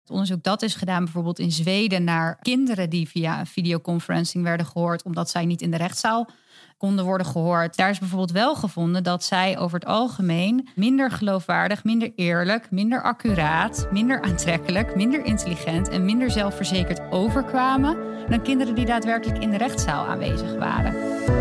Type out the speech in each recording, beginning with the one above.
Het onderzoek dat is gedaan bijvoorbeeld in Zweden naar kinderen die via videoconferencing werden gehoord omdat zij niet in de rechtszaal konden worden gehoord. Daar is bijvoorbeeld wel gevonden dat zij over het algemeen minder geloofwaardig, minder eerlijk, minder accuraat, minder aantrekkelijk, minder intelligent en minder zelfverzekerd overkwamen dan kinderen die daadwerkelijk in de rechtszaal aanwezig waren.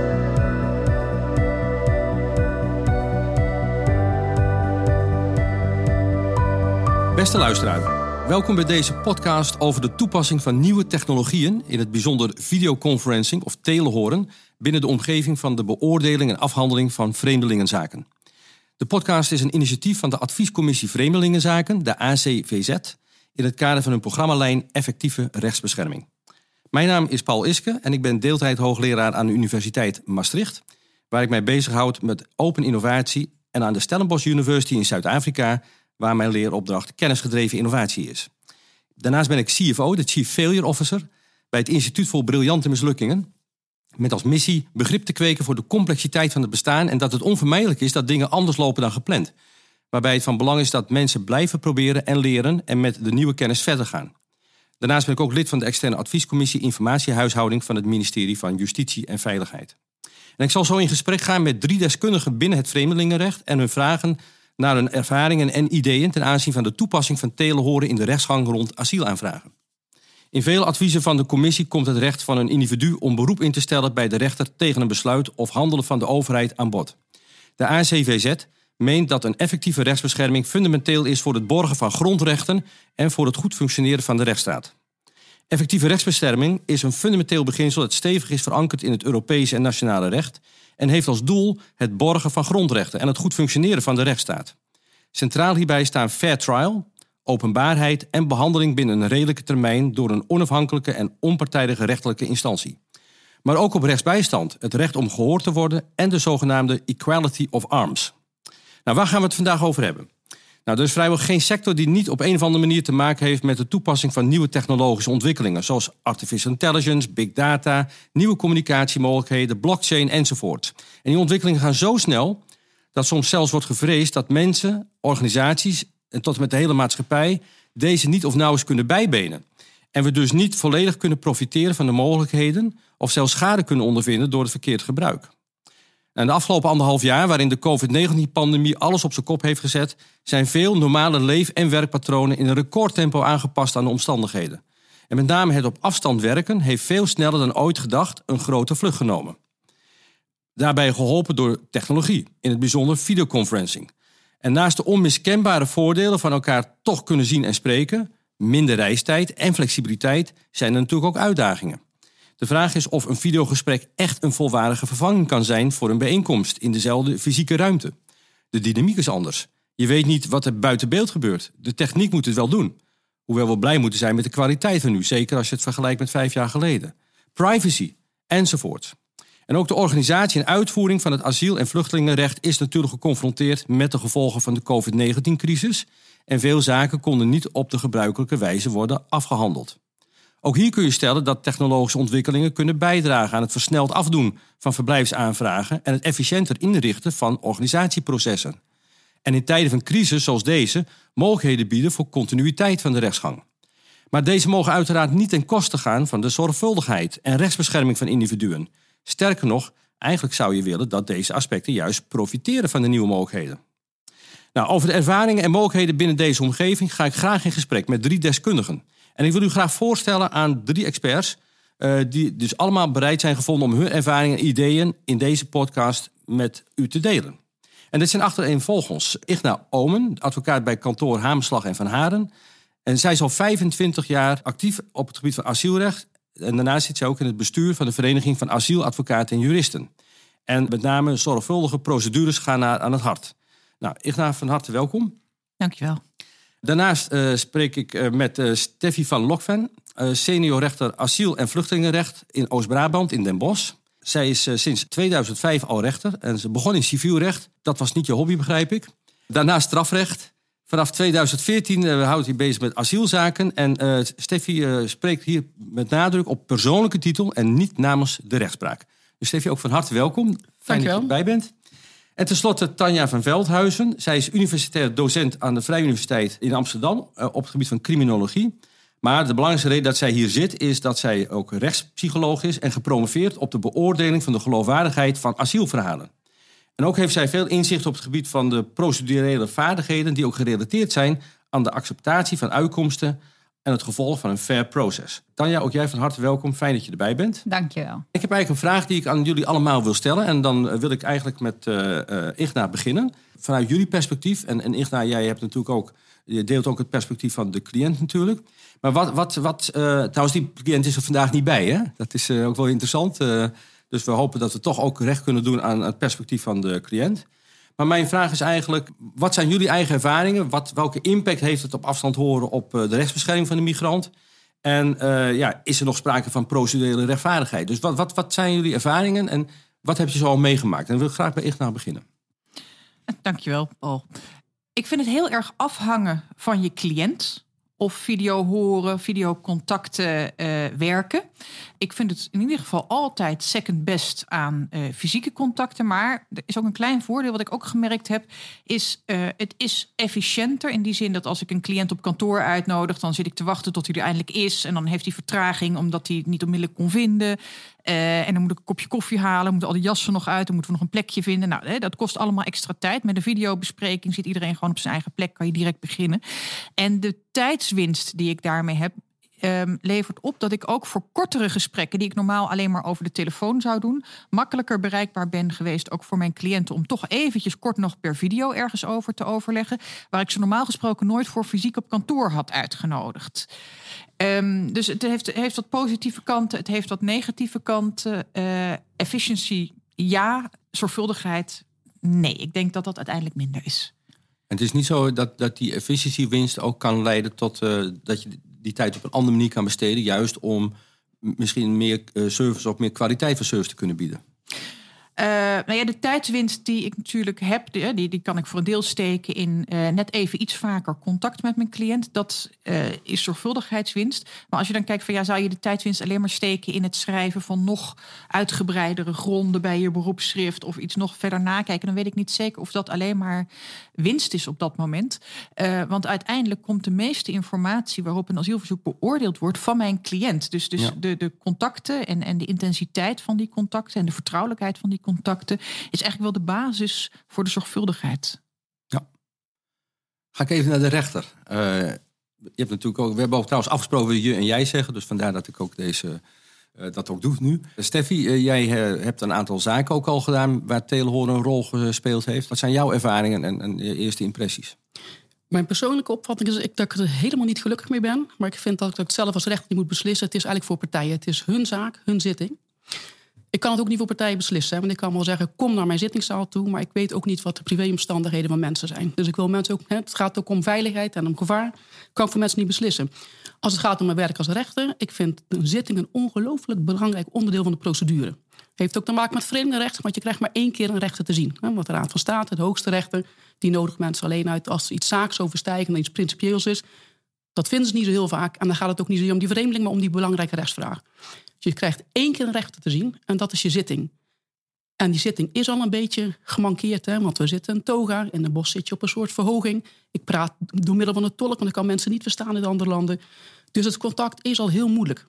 Beste luisteraar, welkom bij deze podcast over de toepassing van nieuwe technologieën, in het bijzonder videoconferencing of telehoren, binnen de omgeving van de beoordeling en afhandeling van vreemdelingenzaken. De podcast is een initiatief van de Adviescommissie Vreemdelingenzaken, de ACVZ, in het kader van een programmalijn Effectieve Rechtsbescherming. Mijn naam is Paul Iske en ik ben deeltijd hoogleraar aan de Universiteit Maastricht, waar ik mij bezighoud met open innovatie, en aan de Stellenbosch University in Zuid-Afrika, waar mijn leeropdracht kennisgedreven innovatie is. Daarnaast ben ik CFO, de Chief Failure Officer, bij het Instituut voor Briljante Mislukkingen, met als missie begrip te kweken voor de complexiteit van het bestaan en dat het onvermijdelijk is dat dingen anders lopen dan gepland. Waarbij het van belang is dat mensen blijven proberen en leren en met de nieuwe kennis verder gaan. Daarnaast ben ik ook lid van de externe adviescommissie Informatiehuishouding van het ministerie van Justitie en Veiligheid. En ik zal zo in gesprek gaan met 3 deskundigen binnen het vreemdelingenrecht en hun vragen naar hun ervaringen en ideeën ten aanzien van de toepassing van telehoren in de rechtsgang rond asielaanvragen. In veel adviezen van de commissie komt het recht van een individu om beroep in te stellen bij de rechter tegen een besluit of handelen van de overheid aan bod. De ACVZ meent dat een effectieve rechtsbescherming fundamenteel is voor het borgen van grondrechten en voor het goed functioneren van de rechtsstaat. Effectieve rechtsbescherming is een fundamenteel beginsel dat stevig is verankerd in het Europese en nationale recht en heeft als doel het borgen van grondrechten en het goed functioneren van de rechtsstaat. Centraal hierbij staan fair trial, openbaarheid en behandeling binnen een redelijke termijn door een onafhankelijke en onpartijdige rechterlijke instantie. Maar ook op rechtsbijstand, het recht om gehoord te worden en de zogenaamde equality of arms. Nou, waar gaan we het vandaag over hebben? Nou, er is vrijwel geen sector die niet op een of andere manier te maken heeft met de toepassing van nieuwe technologische ontwikkelingen, zoals artificial intelligence, big data, nieuwe communicatiemogelijkheden, blockchain enzovoort. En die ontwikkelingen gaan zo snel dat soms zelfs wordt gevreesd dat mensen, organisaties en tot en met de hele maatschappij deze niet of nauwelijks kunnen bijbenen. En we dus niet volledig kunnen profiteren van de mogelijkheden of zelfs schade kunnen ondervinden door het verkeerd gebruik. En de afgelopen 1,5 jaar, waarin de COVID-19-pandemie alles op zijn kop heeft gezet, zijn veel normale leef- en werkpatronen in een recordtempo aangepast aan de omstandigheden. En met name het op afstand werken heeft veel sneller dan ooit gedacht een grote vlucht genomen. Daarbij geholpen door technologie, in het bijzonder videoconferencing. En naast de onmiskenbare voordelen van elkaar toch kunnen zien en spreken, minder reistijd en flexibiliteit, zijn er natuurlijk ook uitdagingen. De vraag is of een videogesprek echt een volwaardige vervanging kan zijn voor een bijeenkomst in dezelfde fysieke ruimte. De dynamiek is anders. Je weet niet wat er buiten beeld gebeurt. De techniek moet het wel doen. Hoewel we blij moeten zijn met de kwaliteit van nu, zeker als je het vergelijkt met 5 jaar geleden. Privacy, enzovoort. En ook de organisatie en uitvoering van het asiel- en vluchtelingenrecht is natuurlijk geconfronteerd met de gevolgen van de COVID-19-crisis. En veel zaken konden niet op de gebruikelijke wijze worden afgehandeld. Ook hier kun je stellen dat technologische ontwikkelingen kunnen bijdragen aan het versneld afdoen van verblijfsaanvragen en het efficiënter inrichten van organisatieprocessen. En in tijden van crisis zoals deze mogelijkheden bieden voor continuïteit van de rechtsgang. Maar deze mogen uiteraard niet ten koste gaan van de zorgvuldigheid en rechtsbescherming van individuen. Sterker nog, eigenlijk zou je willen dat deze aspecten juist profiteren van de nieuwe mogelijkheden. Nou, over de ervaringen en mogelijkheden binnen deze omgeving ga ik graag in gesprek met 3 deskundigen. En ik wil u graag voorstellen aan 3 experts die dus allemaal bereid zijn gevonden om hun ervaringen en ideeën in deze podcast met u te delen. En dit zijn achtereenvolgens Igna Oomen, advocaat bij kantoor Hamerslag en Van Haren. En zij is al 25 jaar actief op het gebied van asielrecht. En daarnaast zit zij ook in het bestuur van de Vereniging van Asieladvocaten en Juristen. En met name zorgvuldige procedures gaan haar aan het hart. Nou, Igna, van harte welkom. Dankjewel. Daarnaast spreek ik met Steffi van Lokven, senior rechter asiel- en vluchtelingenrecht in Oost-Brabant in Den Bosch. Zij is sinds 2005 al rechter en ze begon in civiel recht. Dat was niet je hobby, begrijp ik. Daarna strafrecht. Vanaf 2014 houdt hij bezig met asielzaken. En Steffi spreekt hier met nadruk op persoonlijke titel en niet namens de rechtspraak. Dus Steffi, ook van harte welkom. Fijn dat je erbij bent. En tenslotte Tanja van Veldhuizen. Zij is universitair docent aan de Vrije Universiteit in Amsterdam op het gebied van criminologie. Maar de belangrijkste reden dat zij hier zit is dat zij ook rechtspsycholoog is en gepromoveerd op de beoordeling van de geloofwaardigheid van asielverhalen. En ook heeft zij veel inzicht op het gebied van de procedurele vaardigheden die ook gerelateerd zijn aan de acceptatie van uitkomsten en het gevolg van een fair process. Tanja, ook jij van harte welkom. Fijn dat je erbij bent. Dank je wel. Ik heb eigenlijk een vraag die ik aan jullie allemaal wil stellen. En dan wil ik eigenlijk met Igna beginnen. Vanuit jullie perspectief. En Igna, jij hebt natuurlijk ook, je deelt ook het perspectief van de cliënt natuurlijk. Maar trouwens, die cliënt is er vandaag niet bij, hè? Dat is ook wel interessant. Dus we hopen dat we toch ook recht kunnen doen aan het perspectief van de cliënt. Maar mijn vraag is eigenlijk, wat zijn jullie eigen ervaringen? Welke impact heeft het op afstand horen op de rechtsbescherming van de migrant? En is er nog sprake van procedurele rechtvaardigheid? Dus wat zijn jullie ervaringen en wat heb je zo al meegemaakt? En dan wil ik graag bij Igna beginnen. Dankjewel, Paul. Ik vind het heel erg afhangen van je cliënt. Of video horen, videocontacten werken. Ik vind het in ieder geval altijd second best aan fysieke contacten. Maar er is ook een klein voordeel wat ik ook gemerkt heb. Het is efficiënter in die zin dat als ik een cliënt op kantoor uitnodig, dan zit ik te wachten tot hij er eindelijk is. En dan heeft hij vertraging omdat hij het niet onmiddellijk kon vinden. En dan moet ik een kopje koffie halen. Moeten al die jassen nog uit. Dan moeten we nog een plekje vinden. Nou, dat kost allemaal extra tijd. Met een videobespreking zit iedereen gewoon op zijn eigen plek. Kan je direct beginnen. En de tijdswinst die ik daarmee heb, levert op dat ik ook voor kortere gesprekken, die ik normaal alleen maar over de telefoon zou doen, makkelijker bereikbaar ben geweest, ook voor mijn cliënten, om toch eventjes kort nog per video ergens over te overleggen, waar ik ze normaal gesproken nooit voor fysiek op kantoor had uitgenodigd. Dus het heeft wat positieve kanten, het heeft wat negatieve kanten. Efficiency, ja. Zorgvuldigheid, nee. Ik denk dat dat uiteindelijk minder is. En het is niet zo dat die efficiëntiewinst ook kan leiden tot dat je die tijd op een andere manier kan besteden, juist om misschien meer service of meer kwaliteit van service te kunnen bieden? De tijdswinst die ik natuurlijk heb, die kan ik voor een deel steken in net even iets vaker contact met mijn cliënt. Dat is zorgvuldigheidswinst. Maar als je dan kijkt van zou je de tijdswinst alleen maar steken in het schrijven van nog uitgebreidere gronden bij je beroepsschrift of iets nog verder nakijken, dan weet ik niet zeker of dat alleen maar winst is op dat moment. Want uiteindelijk komt de meeste informatie waarop een asielverzoek beoordeeld wordt van mijn cliënt. Dus de contacten en de intensiteit van die contacten en de vertrouwelijkheid van die contacten is eigenlijk wel de basis voor de zorgvuldigheid. Ja. Ga ik even naar de rechter. Je hebt natuurlijk ook, we hebben ook trouwens afgesproken je en jij zeggen, dus vandaar dat ik ook dat ook doe nu. Steffi, jij hebt een aantal zaken ook al gedaan waar telehoren een rol gespeeld heeft. Wat zijn jouw ervaringen en je eerste impressies? Mijn persoonlijke opvatting is dat ik er helemaal niet gelukkig mee ben. Maar ik vind dat ik zelf als rechter niet moet beslissen. Het is eigenlijk voor partijen. Het is hun zaak, hun zitting. Ik kan het ook niet voor partijen beslissen. Want ik kan wel zeggen, kom naar mijn zittingszaal toe. Maar ik weet ook niet wat de privéomstandigheden van mensen zijn. Dus ik wil mensen ook, het gaat ook om veiligheid en om gevaar. Kan ik voor mensen niet beslissen. Als het gaat om mijn werk als rechter, ik vind een zitting een ongelooflijk belangrijk onderdeel van de procedure. Heeft ook te maken met vreemdenrecht, want je krijgt maar 1 keer een rechter te zien. Want de Raad van State, de hoogste rechter, die nodigt mensen alleen uit als iets zaaks overstijgen en iets principieels is. Dat vinden ze niet zo heel vaak. En dan gaat het ook niet zo om die vreemdeling, maar om die belangrijke rechtsvraag. Dus je krijgt 1 keer een rechter te zien en dat is je zitting. En die zitting is al een beetje gemankeerd, want we zitten in toga. In een bos zit je op een soort verhoging. Ik praat door middel van een tolk, want ik kan mensen niet verstaan in andere landen. Dus het contact is al heel moeilijk.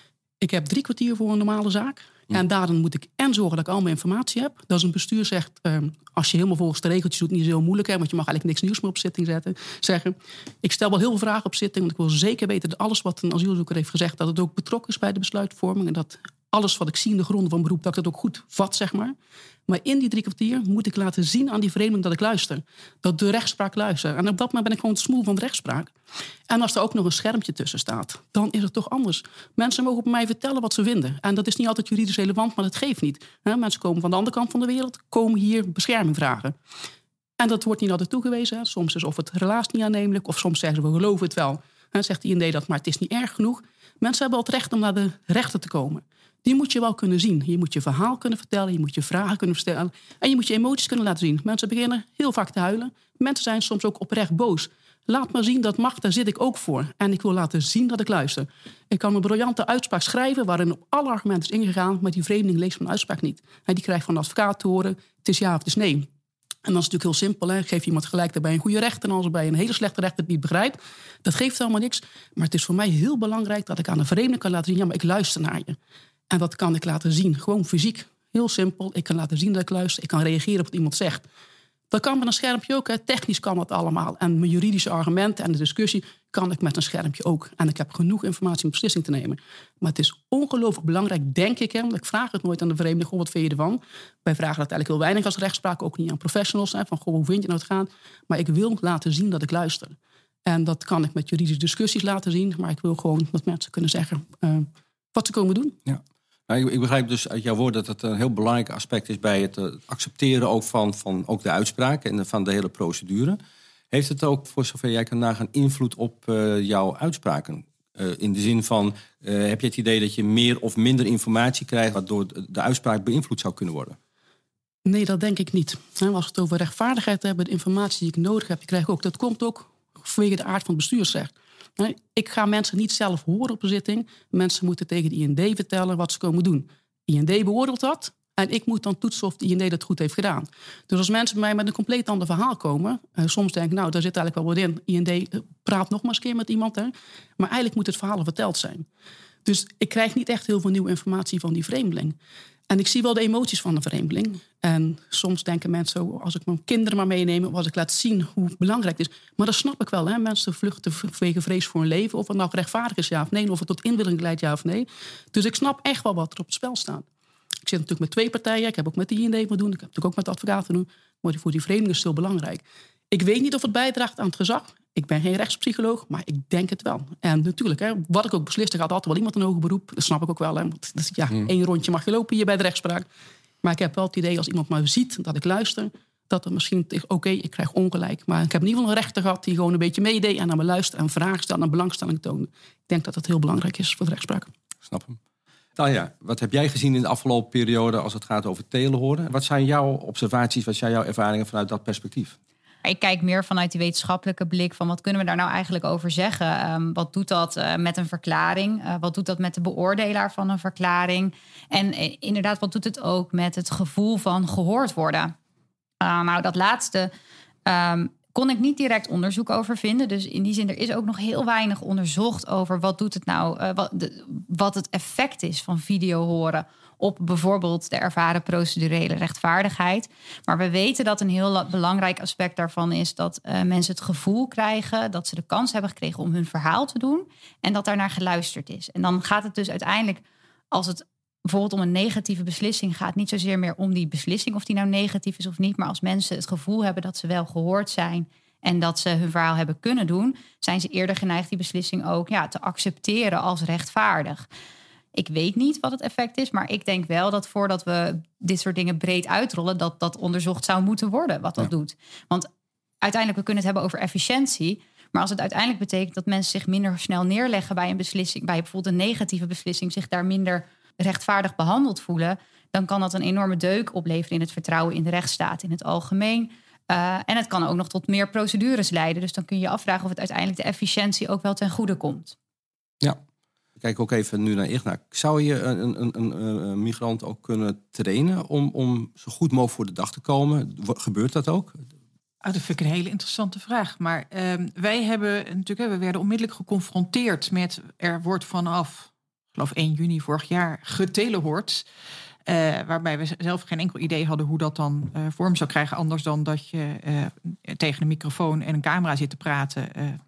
Ik heb 3 kwartier voor een normale zaak. En daarin moet ik zorgen dat ik al mijn informatie heb. Dat is een bestuur zegt, als je helemaal volgens de regeltjes doet, niet zo heel moeilijk. Want je mag eigenlijk niks nieuws meer op zitting zeggen. Ik stel wel heel veel vragen op zitting. Want ik wil zeker weten dat alles wat een asielzoeker heeft gezegd, dat het ook betrokken is bij de besluitvorming. En dat alles wat ik zie in de gronden van beroep, dat ik dat ook goed vat, zeg maar. Maar in die 3 kwartier moet ik laten zien aan die vreemdeling dat ik luister. Dat de rechtspraak luistert. En op dat moment ben ik gewoon het smoel van de rechtspraak. En als er ook nog een schermpje tussen staat, dan is het toch anders. Mensen mogen op mij vertellen wat ze vinden. En dat is niet altijd juridisch relevant, maar dat geeft niet. Mensen komen van de andere kant van de wereld, komen hier bescherming vragen. En dat wordt niet altijd toegewezen. Soms is of het relaas niet aannemelijk, of soms zeggen ze, we geloven het wel. Zegt de IND dat, maar het is niet erg genoeg. Mensen hebben al het recht om naar de rechter te komen. Die moet je wel kunnen zien. Je moet je verhaal kunnen vertellen. Je moet je vragen kunnen stellen. En je moet je emoties kunnen laten zien. Mensen beginnen heel vaak te huilen. Mensen zijn soms ook oprecht boos. Laat maar zien dat mag, daar zit ik ook voor. En ik wil laten zien dat ik luister. Ik kan een briljante uitspraak schrijven waarin op alle argumenten is ingegaan. Maar die vreemdeling leest mijn uitspraak niet. En die krijgt van de advocaat te horen, het is ja of het is nee. En dan is het natuurlijk heel simpel. Hè? Geef iemand gelijk daarbij een goede rechter en anders bij een hele slechte rechter die het niet begrijpt. Dat geeft allemaal niks. Maar het is voor mij heel belangrijk dat ik aan een vreemde kan laten zien, ja, maar ik luister naar je. En dat kan ik laten zien, gewoon fysiek. Heel simpel. Ik kan laten zien dat ik luister. Ik kan reageren op wat iemand zegt. Dat kan met een schermpje ook. Hè. Technisch kan dat allemaal. En mijn juridische argumenten en de discussie kan ik met een schermpje ook. En ik heb genoeg informatie om beslissing te nemen. Maar het is ongelooflijk belangrijk, denk ik. Hè, want ik vraag het nooit aan de vreemde. Goh, wat vind je ervan? Wij vragen dat eigenlijk heel weinig als rechtspraak. Ook niet aan professionals. Hè, van, goh, hoe vind je nou het gaan? Maar ik wil laten zien dat ik luister. En dat kan ik met juridische discussies laten zien. Maar ik wil gewoon dat mensen kunnen zeggen wat ze komen doen. Ja. Nou, ik begrijp dus uit jouw woord dat het een heel belangrijk aspect is bij het accepteren ook van ook de uitspraak en van de hele procedure. Heeft het ook, voor zover jij kan nagaan, invloed op jouw uitspraken? In de zin van, heb je het idee dat je meer of minder informatie krijgt waardoor de uitspraak beïnvloed zou kunnen worden? Nee, dat denk ik niet. Als we het over rechtvaardigheid hebben, de informatie die ik nodig heb, die krijg ik ook. Dat komt ook vanwege de aard van het bestuursrecht. Ik ga mensen niet zelf horen op een zitting. Mensen moeten tegen de IND vertellen wat ze komen doen. IND beoordeelt dat en ik moet dan toetsen of de IND dat goed heeft gedaan. Dus als mensen bij mij met een compleet ander verhaal komen, soms denk ik, nou, daar zit eigenlijk wel wat in. IND praat nog maar eens een keer met iemand. Hè. Maar eigenlijk moet het verhaal al verteld zijn. Dus ik krijg niet echt heel veel nieuwe informatie van die vreemdeling. En ik zie wel de emoties van een vreemdeling. En soms denken mensen, als ik mijn kinderen maar meeneem, of als ik laat zien hoe belangrijk het is. Maar dat snap ik wel. Hè? Mensen vluchten vanwege vrees voor hun leven. Of het nou rechtvaardig is, ja of nee. Of het tot inwilliging leidt, ja of nee. Dus ik snap echt wel wat er op het spel staat. Ik zit natuurlijk met 2 partijen. Ik heb ook met de IND moeten doen. Ik heb natuurlijk ook met de advocaten doen. Maar voor die vreemdeling is het heel belangrijk. Ik weet niet of het bijdraagt aan het gezag. Ik ben geen rechtspsycholoog, maar ik denk het wel. En natuurlijk, hè, wat ik ook beslis, er gaat altijd wel iemand een hoger beroep. Dat snap ik ook wel. Hè. Één rondje mag je lopen hier bij de rechtspraak. Maar ik heb wel het idee, als iemand maar ziet dat ik luister, dat het misschien, oké, ik krijg ongelijk. Maar ik heb in ieder geval een rechter gehad die gewoon een beetje meedeed en naar me luisterde en vragen stelde en belangstelling toonde. Ik denk dat dat heel belangrijk is voor de rechtspraak. Snap hem. Nou ja, wat heb jij gezien in de afgelopen periode als het gaat over telehoren? Wat zijn jouw observaties, wat zijn jouw ervaringen vanuit dat perspectief? Ik kijk meer vanuit die wetenschappelijke blik van wat kunnen we daar nou eigenlijk over zeggen? Wat doet dat met een verklaring? Wat doet dat met de beoordelaar van een verklaring? En inderdaad, wat doet het ook met het gevoel van gehoord worden? Nou, dat laatste kon ik niet direct onderzoek over vinden. Dus in die zin, er is ook nog heel weinig onderzocht over wat doet het nou, wat het effect is van video horen op bijvoorbeeld de ervaren procedurele rechtvaardigheid. Maar we weten dat een heel belangrijk aspect daarvan is dat mensen het gevoel krijgen dat ze de kans hebben gekregen om hun verhaal te doen en dat daarnaar geluisterd is. En dan gaat het dus uiteindelijk, als het bijvoorbeeld om een negatieve beslissing gaat, niet zozeer meer om die beslissing of die nou negatief is of niet, maar als mensen het gevoel hebben dat ze wel gehoord zijn en dat ze hun verhaal hebben kunnen doen, zijn ze eerder geneigd die beslissing ook te accepteren als rechtvaardig. Ik weet niet wat het effect is, maar ik denk wel dat voordat we dit soort dingen breed uitrollen, dat onderzocht zou moeten worden wat dat doet. Want uiteindelijk, we kunnen het hebben over efficiëntie, maar als het uiteindelijk betekent dat mensen zich minder snel neerleggen bij een beslissing, bij bijvoorbeeld een negatieve beslissing, zich daar minder rechtvaardig behandeld voelen, dan kan dat een enorme deuk opleveren in het vertrouwen in de rechtsstaat in het algemeen. En het kan ook nog tot meer procedures leiden. Dus dan kun je je afvragen of het uiteindelijk de efficiëntie ook wel ten goede komt. Ja. Kijk ook even nu naar Igna. Zou je een migrant ook kunnen trainen om zo goed mogelijk voor de dag te komen? Gebeurt dat ook? Dat vind ik een hele interessante vraag. Maar wij hebben natuurlijk, we werden onmiddellijk geconfronteerd met, er wordt vanaf, ik geloof 1 juni vorig jaar, getelehoord. Waarbij we zelf geen enkel idee hadden hoe dat dan vorm zou krijgen. Anders dan dat je tegen een microfoon en een camera zit te praten.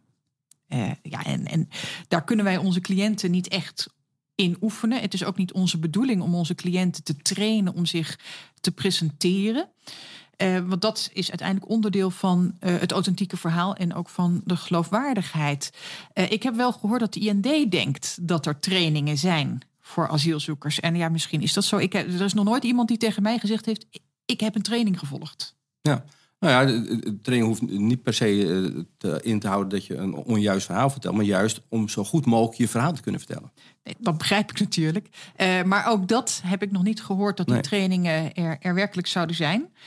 En daar kunnen wij onze cliënten niet echt in oefenen. Het is ook niet onze bedoeling om onze cliënten te trainen om zich te presenteren. Want dat is uiteindelijk onderdeel van het authentieke verhaal en ook van de geloofwaardigheid. Ik heb wel gehoord dat de IND denkt dat er trainingen zijn voor asielzoekers. En ja, misschien is dat zo. Er is nog nooit iemand die tegen mij gezegd heeft, ik heb een training gevolgd. Ja. Nou ja, de training hoeft niet per se in te houden dat je een onjuist verhaal vertelt, maar juist om zo goed mogelijk je verhaal te kunnen vertellen. Nee, dat begrijp ik natuurlijk. Maar ook dat heb ik nog niet gehoord dat die trainingen er werkelijk zouden zijn.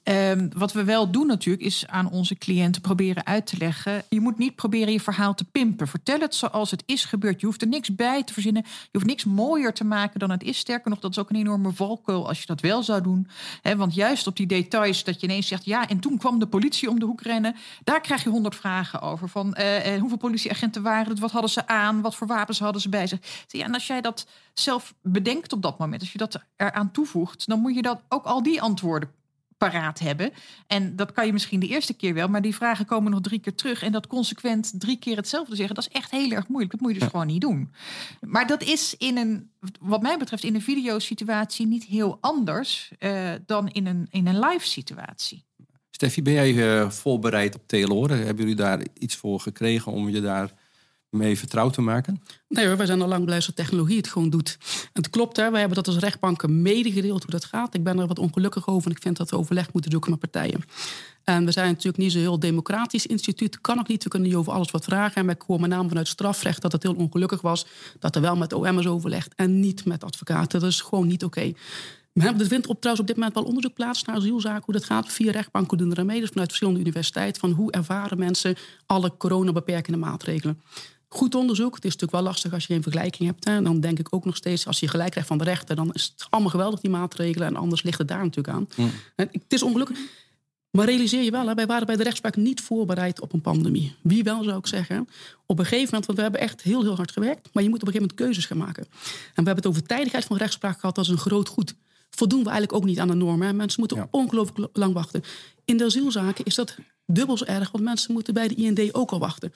Wat we wel doen natuurlijk is aan onze cliënten proberen uit te leggen. Je moet niet proberen je verhaal te pimpen. Vertel het zoals het is gebeurd. Je hoeft er niks bij te verzinnen. Je hoeft niks mooier te maken dan het is. Sterker nog, dat is ook een enorme valkuil als je dat wel zou doen. Want juist op die details dat je ineens zegt... ja, en toen kwam de politie om de hoek rennen. Daar krijg je 100 vragen over. Van hoeveel politieagenten waren het? Wat hadden ze aan? Wat voor wapens hadden ze bij zich? Ja, en als jij dat zelf bedenkt op dat moment... als je dat eraan toevoegt... dan moet je dat ook al die antwoorden paraat hebben. En dat kan je misschien de eerste keer wel... maar die vragen komen nog 3 keer terug... en dat consequent 3 keer hetzelfde zeggen... dat is echt heel erg moeilijk. Dat moet je dus gewoon niet doen. Maar dat is wat mij betreft... in een videosituatie niet heel anders... dan in een live situatie. Steffi, ben jij voorbereid op telehoren? Hebben jullie daar iets voor gekregen om je daar mee vertrouwd te maken? Nee hoor, wij zijn al lang blij dat technologie het gewoon doet. En het klopt, wij hebben dat als rechtbanken medegedeeld hoe dat gaat. Ik ben er wat ongelukkig over en ik vind dat we overleg moeten zoeken met partijen. En we zijn natuurlijk niet zo'n heel democratisch instituut. Kan ook niet, we kunnen niet over alles wat vragen. En wij komen met name vanuit strafrecht dat het heel ongelukkig was... dat er wel met OM is overlegd en niet met advocaten. Dat is gewoon niet oké. Er vindt trouwens op dit moment wel onderzoek plaats naar asielzaken, hoe dat gaat. 4 rechtbanken doen er aan mee, dus vanuit verschillende universiteiten... van hoe ervaren mensen alle coronabeperkende maatregelen. Goed onderzoek. Het is natuurlijk wel lastig als je geen vergelijking hebt. En dan denk ik ook nog steeds, als je gelijk krijgt van de rechter... dan is het allemaal geweldig, die maatregelen. En anders ligt het daar natuurlijk aan. En het is ongelukkig. Maar realiseer je wel, wij waren bij de rechtspraak niet voorbereid op een pandemie. Wie wel, zou ik zeggen. Op een gegeven moment, want we hebben echt heel, heel hard gewerkt... maar je moet op een gegeven moment keuzes gaan maken. En we hebben het over tijdigheid van de rechtspraak gehad als een groot goed. Voldoen we eigenlijk ook niet aan de normen. Mensen moeten ongelooflijk lang wachten. In de asielzaken is dat dubbel zo erg... want mensen moeten bij de IND ook al wachten.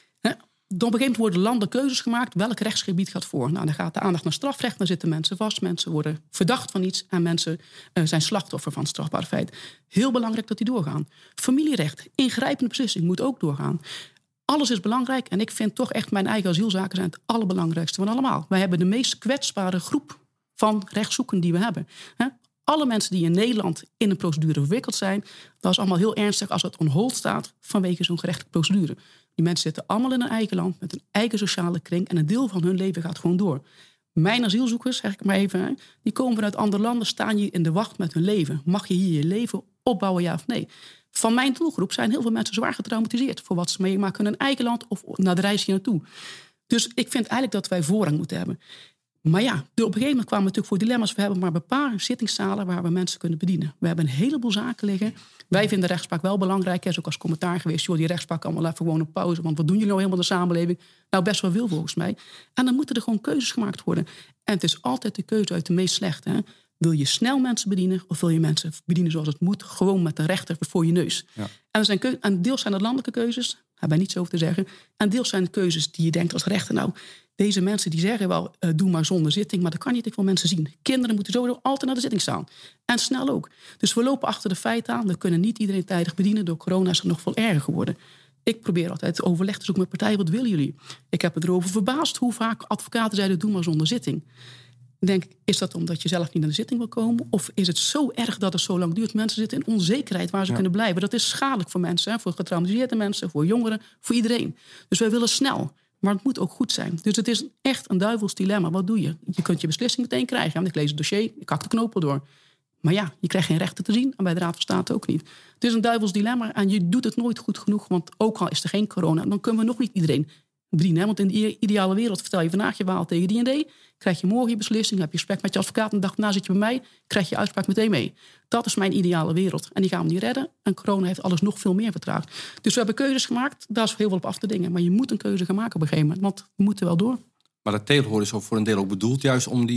Op een gegeven moment worden landen keuzes gemaakt... welk rechtsgebied gaat voor. Nou, dan gaat de aandacht naar strafrecht, dan zitten mensen vast. Mensen worden verdacht van iets en mensen zijn slachtoffer van strafbaar feit. Heel belangrijk dat die doorgaan. Familierecht, ingrijpende beslissing, moet ook doorgaan. Alles is belangrijk en ik vind toch echt... mijn eigen asielzaken zijn het allerbelangrijkste van allemaal. Wij hebben de meest kwetsbare groep van rechtszoekenden die we hebben. Alle mensen die in Nederland in een procedure verwikkeld zijn... dat is allemaal heel ernstig als het on hold staat... vanwege zo'n gerechtelijke procedure. Die mensen zitten allemaal in een eigen land... met een eigen sociale kring... en een deel van hun leven gaat gewoon door. Mijn asielzoekers, zeg ik maar even... die komen vanuit andere landen, staan hier in de wacht met hun leven. Mag je hier je leven opbouwen, ja of nee? Van mijn doelgroep zijn heel veel mensen zwaar getraumatiseerd... voor wat ze meemaken in hun eigen land of naar de reis hier naartoe. Dus ik vind eigenlijk dat wij voorrang moeten hebben... Maar ja, op een gegeven moment kwamen we natuurlijk voor dilemma's. We hebben maar een paar zittingszalen waar we mensen kunnen bedienen. We hebben een heleboel zaken liggen. Wij vinden de rechtspraak wel belangrijk. Er is ook als commentaar geweest. Joh, die rechtspraak allemaal even gewoon op pauze. Want wat doen jullie nou helemaal in de samenleving? Nou, best wel veel volgens mij. En dan moeten er gewoon keuzes gemaakt worden. En het is altijd de keuze uit de meest slechte. Hè? Wil je snel mensen bedienen of wil je mensen bedienen zoals het moet? Gewoon met de rechter voor je neus. Ja. En deels zijn dat landelijke keuzes. Daar hebben wij niets over te zeggen. En deels zijn de keuzes die je denkt als rechter... nou, deze mensen die zeggen wel, doe maar zonder zitting... maar dat kan niet, ik wil mensen zien. Kinderen moeten sowieso altijd naar de zitting staan. En snel ook. Dus we lopen achter de feiten aan. We kunnen niet iedereen tijdig bedienen. Door corona is het nog veel erger geworden. Ik probeer altijd overleg te zoeken met partijen. Wat willen jullie? Ik heb het erover verbaasd hoe vaak advocaten zeiden... doe maar zonder zitting. Ik denk, is dat omdat je zelf niet naar de zitting wil komen? Of is het zo erg dat het zo lang duurt? Mensen zitten in onzekerheid waar ze kunnen blijven. Dat is schadelijk voor mensen. Hè? Voor getraumatiseerde mensen, voor jongeren, voor iedereen. Dus wij willen snel. Maar het moet ook goed zijn. Dus het is echt een duivels dilemma. Wat doe je? Je kunt je beslissing meteen krijgen. Want ik lees het dossier, ik hak de knopen door. Maar ja, je krijgt geen rechten te zien. En bij de Raad van State ook niet. Het is een duivels dilemma. En je doet het nooit goed genoeg. Want ook al is er geen corona, dan kunnen we nog niet iedereen bedienen. Want in de ideale wereld vertel je vandaag je waal tegen die en D. Krijg je morgen je beslissing. Heb je gesprek met je advocaat. En de dag daarna zit je bij mij. Krijg je uitspraak meteen mee. Dat is mijn ideale wereld. En die gaan we niet redden. En corona heeft alles nog veel meer vertraagd. Dus we hebben keuzes gemaakt. Daar is heel veel op af te dingen. Maar je moet een keuze gaan maken op een gegeven moment. Want we moeten wel door. Maar dat telehoren is voor een deel ook bedoeld... juist om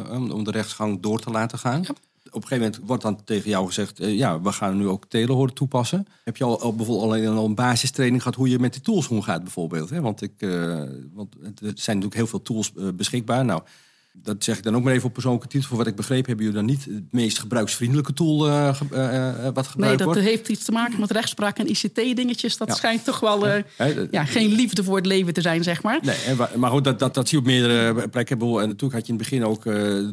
de rechtsgang door te laten gaan. Ja. Op een gegeven moment wordt dan tegen jou gezegd... we gaan nu ook telehoren toepassen. Heb je al bijvoorbeeld al een basistraining gehad... hoe je met die tools omgaat bijvoorbeeld? Hè? Want er zijn natuurlijk heel veel tools beschikbaar. Nou, dat zeg ik dan ook maar even op persoonlijke titel. Voor wat ik begreep hebben jullie dan niet het meest gebruiksvriendelijke tool wat gebruikt wordt. Nee, dat heeft iets te maken met rechtspraak en ICT-dingetjes. Dat schijnt toch wel geen liefde voor het leven te zijn, zeg maar. Nee, maar goed, dat zie je op meerdere plekken. En natuurlijk had je in het begin ook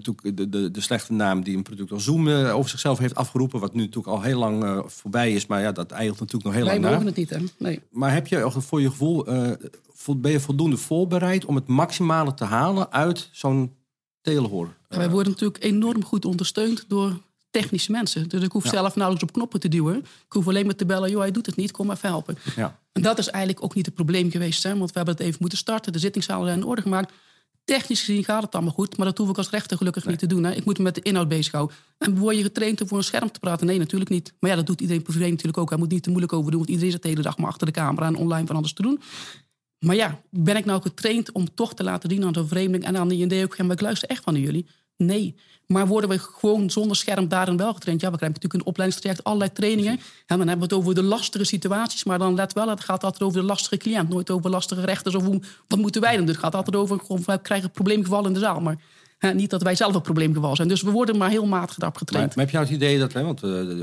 de slechte naam die een product als Zoom over zichzelf heeft afgeroepen. Wat nu natuurlijk al heel lang voorbij is. Maar ja, dat eigenlijk natuurlijk nog heel lang na. Wij mogen het niet, hè? Nee. Maar heb je voor je gevoel, ben je voldoende voorbereid om het maximale te halen uit zo'n telehoor? Wij worden natuurlijk enorm goed ondersteund door technische mensen. Dus ik hoef zelf nauwelijks op knoppen te duwen. Ik hoef alleen maar te bellen, joh, hij doet het niet, kom even helpen. Ja. En dat is eigenlijk ook niet het probleem geweest. Hè? Want we hebben het even moeten starten, de zittingszalen zijn in orde gemaakt. Technisch gezien gaat het allemaal goed, maar dat hoef ik als rechter gelukkig niet te doen. Hè? Ik moet me met de inhoud bezighouden. En word je getraind om voor een scherm te praten? Nee, natuurlijk niet. Maar ja, dat doet iedereen privé natuurlijk ook. Hij moet niet te moeilijk over doen, want iedereen zit de hele dag maar achter de camera en online van alles te doen. Maar ja, ben ik nou getraind om toch te laten dienen aan zo'n vreemdeling en aan de IND ook? Maar ik luister echt van jullie. Nee. Maar worden we gewoon zonder scherm daarin wel getraind? Ja, we krijgen natuurlijk in het opleidingstraject allerlei trainingen. En dan hebben we het over de lastige situaties. Maar dan let wel, het gaat altijd over de lastige cliënt. Nooit over lastige rechters of wat moeten wij doen. Dus het gaat altijd over, we krijgen een probleemgeval in de zaal. Maar niet dat wij zelf een probleemgeval zijn. Dus we worden maar heel matig daarop getraind. Maar heb je nou het idee dat, want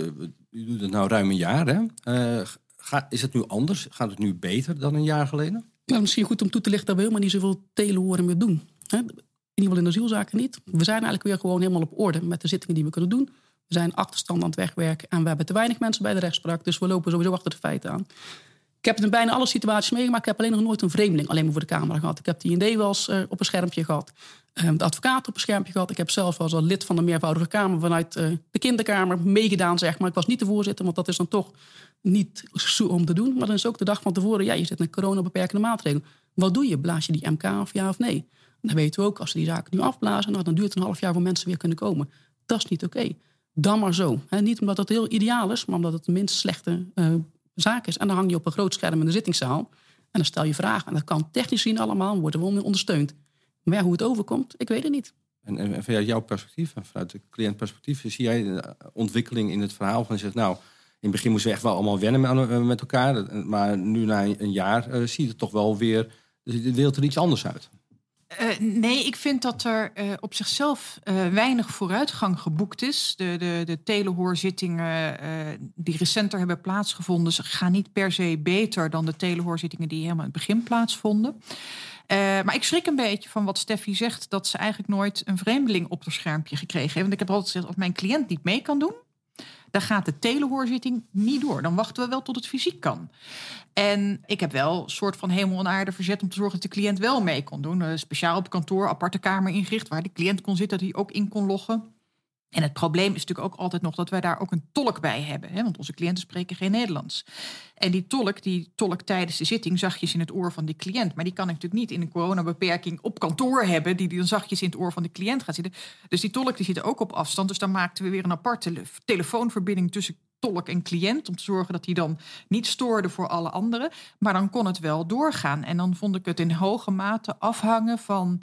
u doet het nou ruim een jaar, hè? Is het nu anders? Gaat het nu beter dan een jaar geleden? Nou, misschien goed om toe te lichten dat we helemaal niet zoveel telehoren meer doen. Hè? In ieder geval in de asielzaken niet. We zijn eigenlijk weer gewoon helemaal op orde met de zittingen die we kunnen doen. We zijn achterstand aan het wegwerken en we hebben te weinig mensen bij de rechtspraak. Dus we lopen sowieso achter de feiten aan. Ik heb het in bijna alle situaties meegemaakt. Ik heb alleen nog nooit een vreemdeling alleen maar voor de camera gehad. Ik heb de IND wel eens op een schermpje gehad. De advocaat op een schermpje gehad. Ik heb zelf als lid van de meervoudige kamer vanuit de kinderkamer meegedaan, zeg maar. Ik was niet de voorzitter, want dat is dan toch niet zo om te doen. Maar dan is ook de dag van tevoren, ja, je zit in een coronabeperkende maatregel. Wat doe je? Blaas je die MK of ja of nee? Dan weten we ook, als we die zaken nu afblazen, nou, dan duurt het een half jaar voor mensen weer kunnen komen. Dat is niet oké. Dan maar zo. Niet omdat het heel ideaal is, maar omdat het de minst slechte zaak is. En dan hang je op een groot scherm in de zittingszaal. En dan stel je vragen. En dat kan technisch zien allemaal, wordt er wel mee ondersteund. Maar ja, hoe het overkomt, ik weet het niet. En vanuit jouw perspectief, vanuit de cliëntperspectief, zie jij de ontwikkeling in het verhaal van je zegt, nou, in het begin moesten we echt wel allemaal wennen met elkaar. Maar nu na een jaar ziet het toch wel weer, de wereld er iets anders uit. Nee, ik vind dat er op zichzelf weinig vooruitgang geboekt is. De telehoorzittingen die recenter hebben plaatsgevonden, ze gaan niet per se beter dan de telehoorzittingen die helemaal in het begin plaatsvonden. Maar ik schrik een beetje van wat Steffi zegt, dat ze eigenlijk nooit een vreemdeling op haar schermpje gekregen heeft. Want ik heb altijd gezegd, als mijn cliënt niet mee kan doen, dan gaat de telehoorzitting niet door. Dan wachten we wel tot het fysiek kan. En ik heb wel een soort van hemel en aarde verzet om te zorgen dat de cliënt wel mee kon doen. Speciaal op kantoor, aparte kamer ingericht, waar de cliënt kon zitten, dat hij ook in kon loggen. En het probleem is natuurlijk ook altijd nog dat wij daar ook een tolk bij hebben. Hè? Want onze cliënten spreken geen Nederlands. En die tolk tijdens de zitting zachtjes in het oor van die cliënt. Maar die kan ik natuurlijk niet in een coronabeperking op kantoor hebben, die dan zachtjes in het oor van de cliënt gaat zitten. Dus die tolk die zit ook op afstand. Dus dan maakten we weer een aparte telefoonverbinding tussen tolk en cliënt, om te zorgen dat hij dan niet stoorde voor alle anderen. Maar dan kon het wel doorgaan. En dan vond ik het in hoge mate afhangen van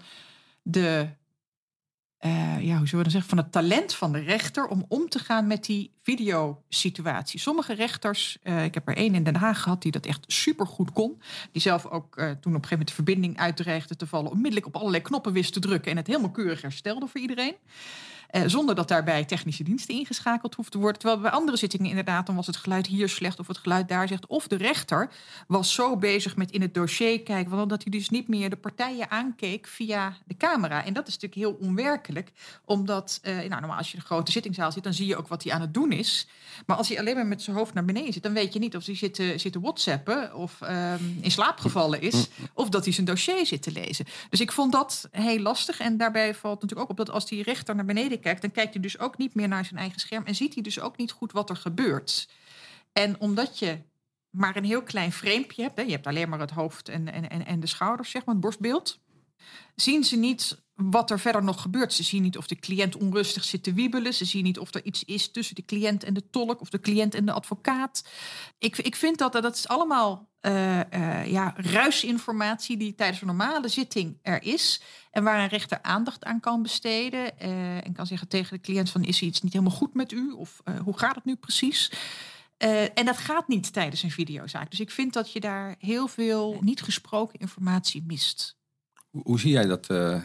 hoe zullen we dan zeggen, van het talent van de rechter om te gaan met die videosituatie. Sommige rechters, ik heb er één in Den Haag gehad die dat echt supergoed kon. Die zelf ook toen op een gegeven moment de verbinding uitdreigde te vallen, onmiddellijk op allerlei knoppen wist te drukken en het helemaal keurig herstelde voor iedereen. Zonder dat daarbij technische diensten ingeschakeld hoeft te worden. Terwijl bij andere zittingen inderdaad, dan was het geluid hier slecht of het geluid daar slecht. Of de rechter was zo bezig met in het dossier kijken, dat hij dus niet meer de partijen aankeek via de camera. En dat is natuurlijk heel onwerkelijk. Omdat, normaal als je in een grote zittingszaal zit, dan zie je ook wat hij aan het doen is. Maar als hij alleen maar met zijn hoofd naar beneden zit, dan weet je niet of hij zit te whatsappen of in slaap gevallen is. Of dat hij zijn dossier zit te lezen. Dus ik vond dat heel lastig. En daarbij valt natuurlijk ook op dat als die rechter naar beneden kijkt, dan kijkt hij dus ook niet meer naar zijn eigen scherm en ziet hij dus ook niet goed wat er gebeurt. En omdat je maar een heel klein framepje hebt, je hebt alleen maar het hoofd en de schouders, zeg maar, het borstbeeld, zien ze niet wat er verder nog gebeurt. Ze zien niet of de cliënt onrustig zit te wiebelen. Ze zien niet of er iets is tussen de cliënt en de tolk of de cliënt en de advocaat. Ik vind dat is allemaal ruisinformatie die tijdens een normale zitting er is. En waar een rechter aandacht aan kan besteden. En kan zeggen tegen de cliënt van, is er iets niet helemaal goed met u? Of hoe gaat het nu precies? En dat gaat niet tijdens een videozaak. Dus ik vind dat je daar heel veel niet gesproken informatie mist. Hoe zie jij dat,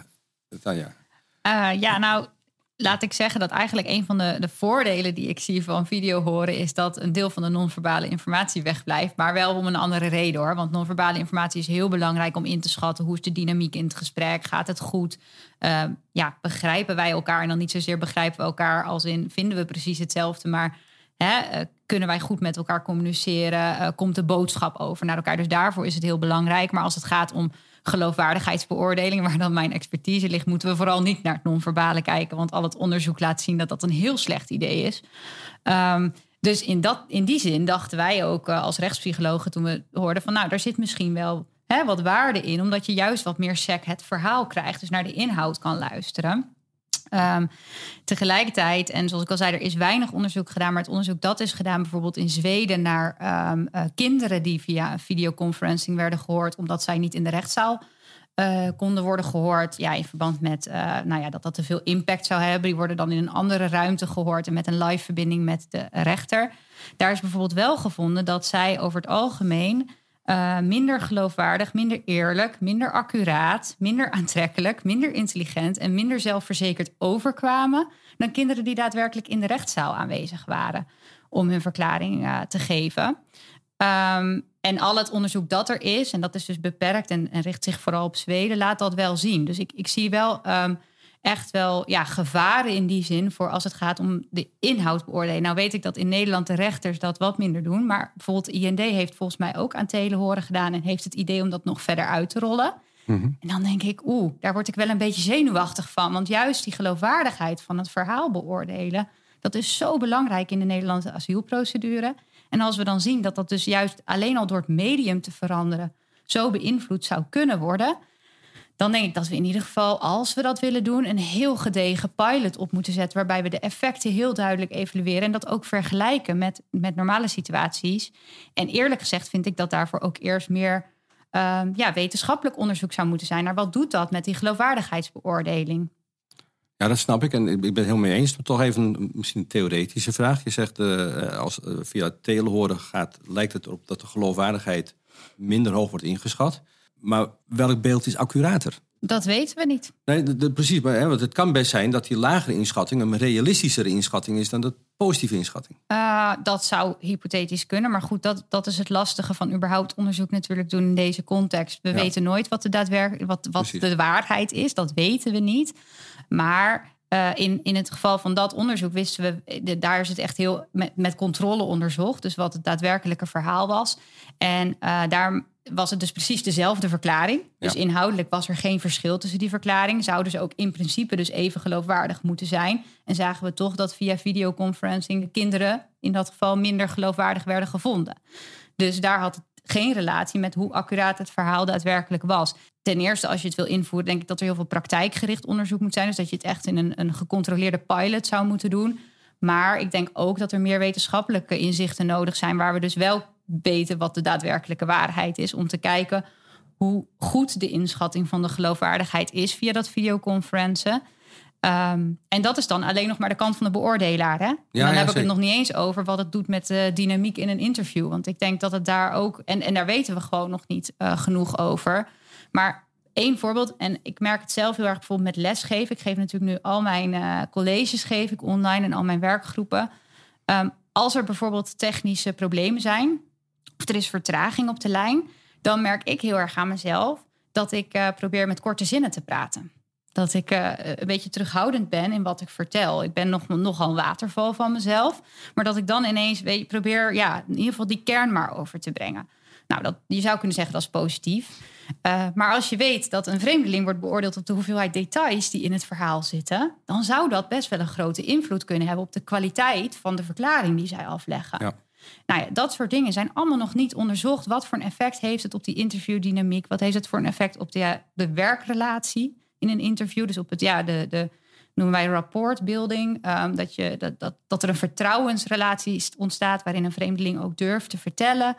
Tanja? Laat ik zeggen dat eigenlijk een van de voordelen die ik zie van video horen is dat een deel van de non-verbale informatie wegblijft. Maar wel om een andere reden hoor. Want non-verbale informatie is heel belangrijk om in te schatten. Hoe is de dynamiek in het gesprek? Gaat het goed? Begrijpen wij elkaar? En dan niet zozeer begrijpen we elkaar als in vinden we precies hetzelfde. Maar kunnen wij goed met elkaar communiceren? Komt de boodschap over naar elkaar? Dus daarvoor is het heel belangrijk. Maar als het gaat om geloofwaardigheidsbeoordeling, waar dan mijn expertise ligt, moeten we vooral niet naar het non-verbale kijken, want al het onderzoek laat zien dat dat een heel slecht idee is. Dus in die zin dachten wij ook als rechtspsychologen toen we hoorden van daar zit misschien wel wat waarde in, omdat je juist wat meer sec het verhaal krijgt, dus naar de inhoud kan luisteren. Tegelijkertijd, en zoals ik al zei, er is weinig onderzoek gedaan, maar het onderzoek dat is gedaan bijvoorbeeld in Zweden naar kinderen die via videoconferencing werden gehoord, omdat zij niet in de rechtszaal konden worden gehoord. Ja, in verband met dat te veel impact zou hebben. Die worden dan in een andere ruimte gehoord en met een live verbinding met de rechter. Daar is bijvoorbeeld wel gevonden dat zij over het algemeen minder geloofwaardig, minder eerlijk, minder accuraat, minder aantrekkelijk, minder intelligent en minder zelfverzekerd overkwamen dan kinderen die daadwerkelijk in de rechtszaal aanwezig waren om hun verklaring te geven. En al het onderzoek dat er is, en dat is dus beperkt en richt zich vooral op Zweden, laat dat wel zien. Dus ik zie wel echt wel gevaren in die zin voor als het gaat om de inhoud beoordelen. Nou weet ik dat in Nederland de rechters dat wat minder doen. Maar bijvoorbeeld IND heeft volgens mij ook aan telehoren gedaan en heeft het idee om dat nog verder uit te rollen. Mm-hmm. En dan denk ik, daar word ik wel een beetje zenuwachtig van. Want juist die geloofwaardigheid van het verhaal beoordelen, dat is zo belangrijk in de Nederlandse asielprocedure. En als we dan zien dat dat dus juist alleen al door het medium te veranderen zo beïnvloed zou kunnen worden, dan denk ik dat we in ieder geval, als we dat willen doen, een heel gedegen pilot op moeten zetten, waarbij we de effecten heel duidelijk evalueren en dat ook vergelijken met normale situaties. En eerlijk gezegd vind ik dat daarvoor ook eerst meer wetenschappelijk onderzoek zou moeten zijn naar wat doet dat met die geloofwaardigheidsbeoordeling. Ja, dat snap ik. En ik ben het helemaal mee eens. Maar toch even misschien een theoretische vraag. Je zegt, als via het telehoren gaat, lijkt het erop dat de geloofwaardigheid minder hoog wordt ingeschat. Maar welk beeld is accurater? Dat weten we niet. Nee, precies. Maar, want het kan best zijn dat die lagere inschatting een realistischere inschatting is dan de positieve inschatting. Dat zou hypothetisch kunnen. Maar goed, dat is het lastige van überhaupt onderzoek natuurlijk doen in deze context. We weten nooit wat de waarheid is. Dat weten we niet. Maar in het geval van dat onderzoek wisten we, daar is het echt heel met controle onderzocht. Dus wat het daadwerkelijke verhaal was. En daar was het dus precies dezelfde verklaring. Dus inhoudelijk was er geen verschil tussen die verklaring. Zouden ze ook in principe dus even geloofwaardig moeten zijn. En zagen we toch dat via videoconferencing de kinderen in dat geval minder geloofwaardig werden gevonden. Dus daar had het geen relatie met hoe accuraat het verhaal daadwerkelijk was. Ten eerste, als je het wil invoeren, denk ik dat er heel veel praktijkgericht onderzoek moet zijn. Dus dat je het echt in een gecontroleerde pilot zou moeten doen. Maar ik denk ook dat er meer wetenschappelijke inzichten nodig zijn, waar we dus wel weten wat de daadwerkelijke waarheid is, om te kijken hoe goed de inschatting van de geloofwaardigheid is via dat videoconferencen. En dat is dan alleen nog maar de kant van de beoordelaar. Hè? Dan heb ik het nog niet eens over wat het doet met de dynamiek in een interview. Want ik denk dat het daar ook, en daar weten we gewoon nog niet genoeg over. Maar één voorbeeld, en ik merk het zelf heel erg bijvoorbeeld met lesgeven. Ik geef natuurlijk nu al mijn colleges geef ik online en al mijn werkgroepen. Als er bijvoorbeeld technische problemen zijn, of er is vertraging op de lijn, dan merk ik heel erg aan mezelf dat ik probeer met korte zinnen te praten. Dat ik een beetje terughoudend ben in wat ik vertel. Ik ben nogal een waterval van mezelf. Maar dat ik dan ineens probeer in ieder geval die kern maar over te brengen. Nou, je zou kunnen zeggen dat is positief. Maar als je weet dat een vreemdeling wordt beoordeeld op de hoeveelheid details die in het verhaal zitten, dan zou dat best wel een grote invloed kunnen hebben op de kwaliteit van de verklaring die zij afleggen. Ja. Nou ja, dat soort dingen zijn allemaal nog niet onderzocht. Wat voor een effect heeft het op die interviewdynamiek? Wat heeft het voor een effect op de werkrelatie in een interview? Dus op het de noemen wij rapport building. Dat er een vertrouwensrelatie ontstaat waarin een vreemdeling ook durft te vertellen.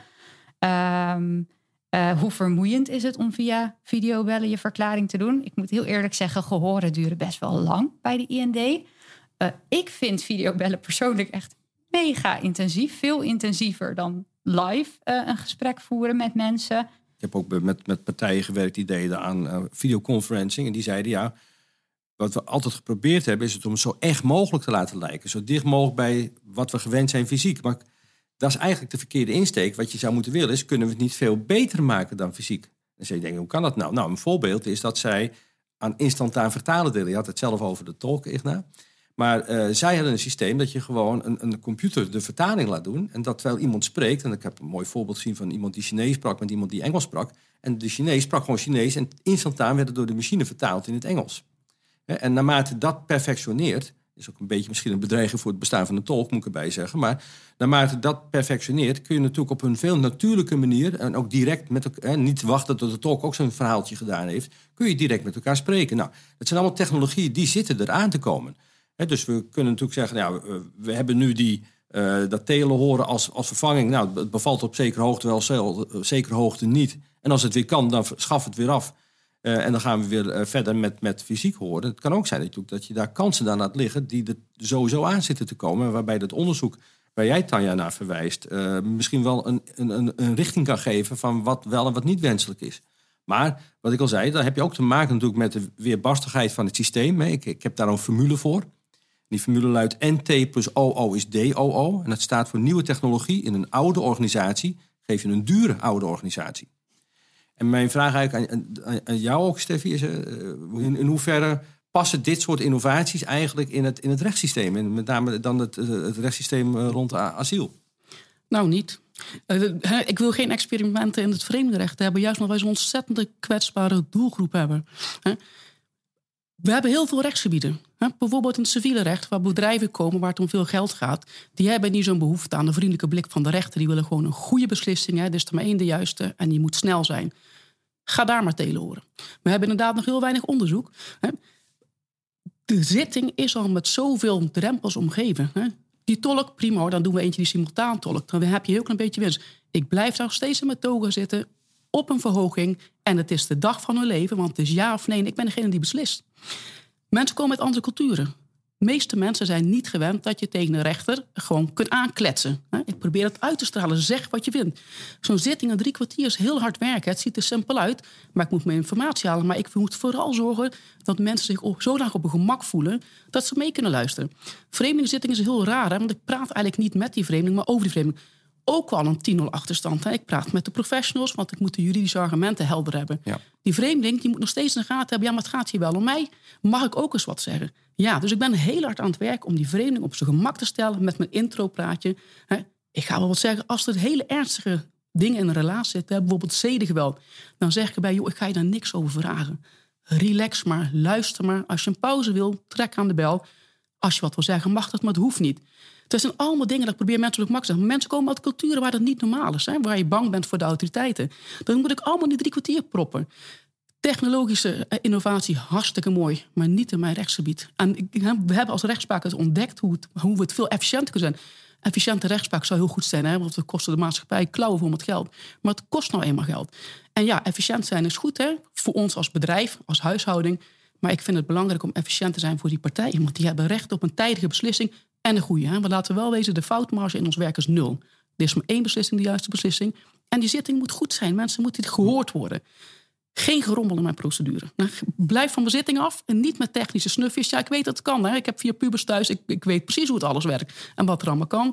Hoe vermoeiend is het om via videobellen je verklaring te doen? Ik moet heel eerlijk zeggen, gehoren duren best wel lang bij de IND. Ik vind videobellen persoonlijk echt mega intensief. Veel intensiever dan live een gesprek voeren met mensen. Ik heb ook met partijen gewerkt die deden aan videoconferencing. En die zeiden, wat we altijd geprobeerd hebben, is het om zo echt mogelijk te laten lijken. Zo dicht mogelijk bij wat we gewend zijn fysiek. Maar dat is eigenlijk de verkeerde insteek. Wat je zou moeten willen is, kunnen we het niet veel beter maken dan fysiek? Dan zou je denken, hoe kan dat nou? Nou, een voorbeeld is dat zij aan instantaan vertalen deden. Je had het zelf over de tolk, Igna. Maar zij hadden een systeem dat je gewoon een computer de vertaling laat doen. En dat terwijl iemand spreekt, en ik heb een mooi voorbeeld gezien van iemand die Chinees sprak met iemand die Engels sprak. En de Chinees sprak gewoon Chinees en instantaan werd het door de machine vertaald in het Engels. En naarmate dat perfectioneert, is ook een beetje misschien een bedreiging voor het bestaan van de tolk, moet ik erbij zeggen. Maar naarmate dat perfectioneert, kun je natuurlijk op een veel natuurlijke manier en ook direct met elkaar, niet wachten tot de tolk ook zijn verhaaltje gedaan heeft, kun je direct met elkaar spreken. Nou, dat zijn allemaal technologieën die zitten eraan te komen. Dus we kunnen natuurlijk zeggen, we hebben nu dat telehoren als vervanging. Nou, het bevalt op zekere hoogte wel, zekere hoogte niet. En als het weer kan, dan schaf het weer af. En dan gaan we weer verder met fysiek horen. Het kan ook zijn dat je daar kansen aan laat liggen die er sowieso aan zitten te komen. Waarbij dat onderzoek waar jij, Tanja, naar verwijst, misschien wel een richting kan geven van wat wel en wat niet wenselijk is. Maar wat ik al zei, daar heb je ook te maken natuurlijk met de weerbarstigheid van het systeem. Ik heb daar een formule voor. Die formule luidt NT plus OO is DOO. En dat staat voor nieuwe technologie in een oude organisatie. Geef je een dure oude organisatie. En mijn vraag eigenlijk aan jou ook, Steffi, is in hoeverre passen dit soort innovaties eigenlijk in het rechtssysteem? En met name dan het rechtssysteem rond asiel. Nou, niet. Ik wil geen experimenten in het vreemdenrecht hebben. Juist omdat wij zo'n ontzettend kwetsbare doelgroep hebben. We hebben heel veel rechtsgebieden. Bijvoorbeeld in het civiele recht, waar bedrijven komen waar het om veel geld gaat. Die hebben niet zo'n behoefte aan de vriendelijke blik van de rechter. Die willen gewoon een goede beslissing. Er is er maar één de juiste en die moet snel zijn. Ga daar maar telehoren. We hebben inderdaad nog heel weinig onderzoek. De zitting is al met zoveel drempels omgeven. Die tolk, prima, dan doen we eentje die simultaan tolkt. Dan heb je heel klein beetje winst. Ik blijf daar steeds in mijn toga zitten op een verhoging. En het is de dag van hun leven, want het is ja of nee. En ik ben degene die beslist. Mensen komen uit andere culturen. De meeste mensen zijn niet gewend dat je tegen een rechter gewoon kunt aankletsen. Ik probeer het uit te stralen, zeg wat je vindt. Zo'n zitting in 3 kwartier is heel hard werken. Het ziet er simpel uit, maar ik moet mijn informatie halen. Maar ik moet vooral zorgen dat mensen zich zodanig op hun gemak voelen dat ze mee kunnen luisteren. Vreemdelingszitting is heel raar, want ik praat eigenlijk niet met die vreemdeling, maar over die vreemdeling. Ook al een 10-0 achterstand. Ik praat met de professionals, want ik moet de juridische argumenten helder hebben. Ja. Die vreemdeling die moet nog steeds in de gaten hebben. Ja, maar het gaat hier wel om mij. Mag ik ook eens wat zeggen? Ja, dus ik ben heel hard aan het werk om die vreemdeling op zijn gemak te stellen met mijn intropraatje. Ik ga wel wat zeggen, als er hele ernstige dingen in een relatie zitten, bijvoorbeeld zedengeweld, dan zeg ik erbij, joh, ik ga je daar niks over vragen. Relax maar, luister maar. Als je een pauze wil, trek aan de bel. Als je wat wil zeggen, mag dat, maar het hoeft niet. Het zijn allemaal dingen dat ik probeer mensen op gemak te zeggen. Mensen komen uit culturen waar dat niet normaal is. Waar je bang bent voor de autoriteiten. Dan moet ik allemaal in 3 kwartier proppen. Technologische innovatie, hartstikke mooi. Maar niet in mijn rechtsgebied. En we hebben als rechtspraak het ontdekt hoe we het veel efficiënter kunnen zijn. Efficiënte rechtspraak zou heel goed zijn. Want we kosten de maatschappij klauwen voor het geld. Maar het kost nou eenmaal geld. En ja, efficiënt zijn is goed voor ons als bedrijf, als huishouding. Maar ik vind het belangrijk om efficiënt te zijn voor die partijen. Want die hebben recht op een tijdige beslissing. En een goede. We laten wel wezen, de foutmarge in ons werk is 0. Er is maar 1 beslissing, de juiste beslissing. En die zitting moet goed zijn. Mensen moeten gehoord worden. Geen gerommel in mijn procedure. Blijf van mijn zitting af en niet met technische snufjes. Ja, ik weet dat het kan. Ik heb 4 pubers thuis. Ik weet precies hoe het alles werkt. En wat er allemaal kan.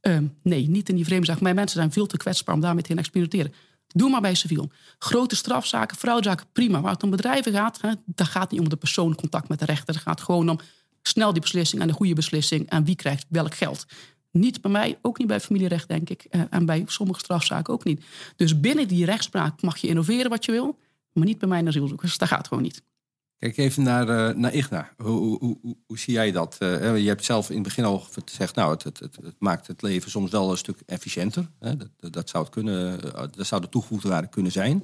Nee, niet in die vreemdezaak. Mijn mensen zijn veel te kwetsbaar om daarmee te experimenteren. Doe maar bij civiel. Grote strafzaken, fraudezaken, prima. Waar het om bedrijven gaat, daar gaat niet om de persooncontact met de rechter. Het gaat gewoon om snel die beslissing en de goede beslissing. En wie krijgt welk geld. Niet bij mij, ook niet bij familierecht, denk ik. En bij sommige strafzaken ook niet. Dus binnen die rechtspraak mag je innoveren wat je wil. Maar niet bij mij naar asielzoekers. Dat gaat gewoon niet. Kijk even naar Igna. Hoe zie jij dat? Je hebt zelf in het begin al gezegd, het maakt het leven soms wel een stuk efficiënter. Dat zou het kunnen, dat zou de toegevoegde waarde kunnen zijn.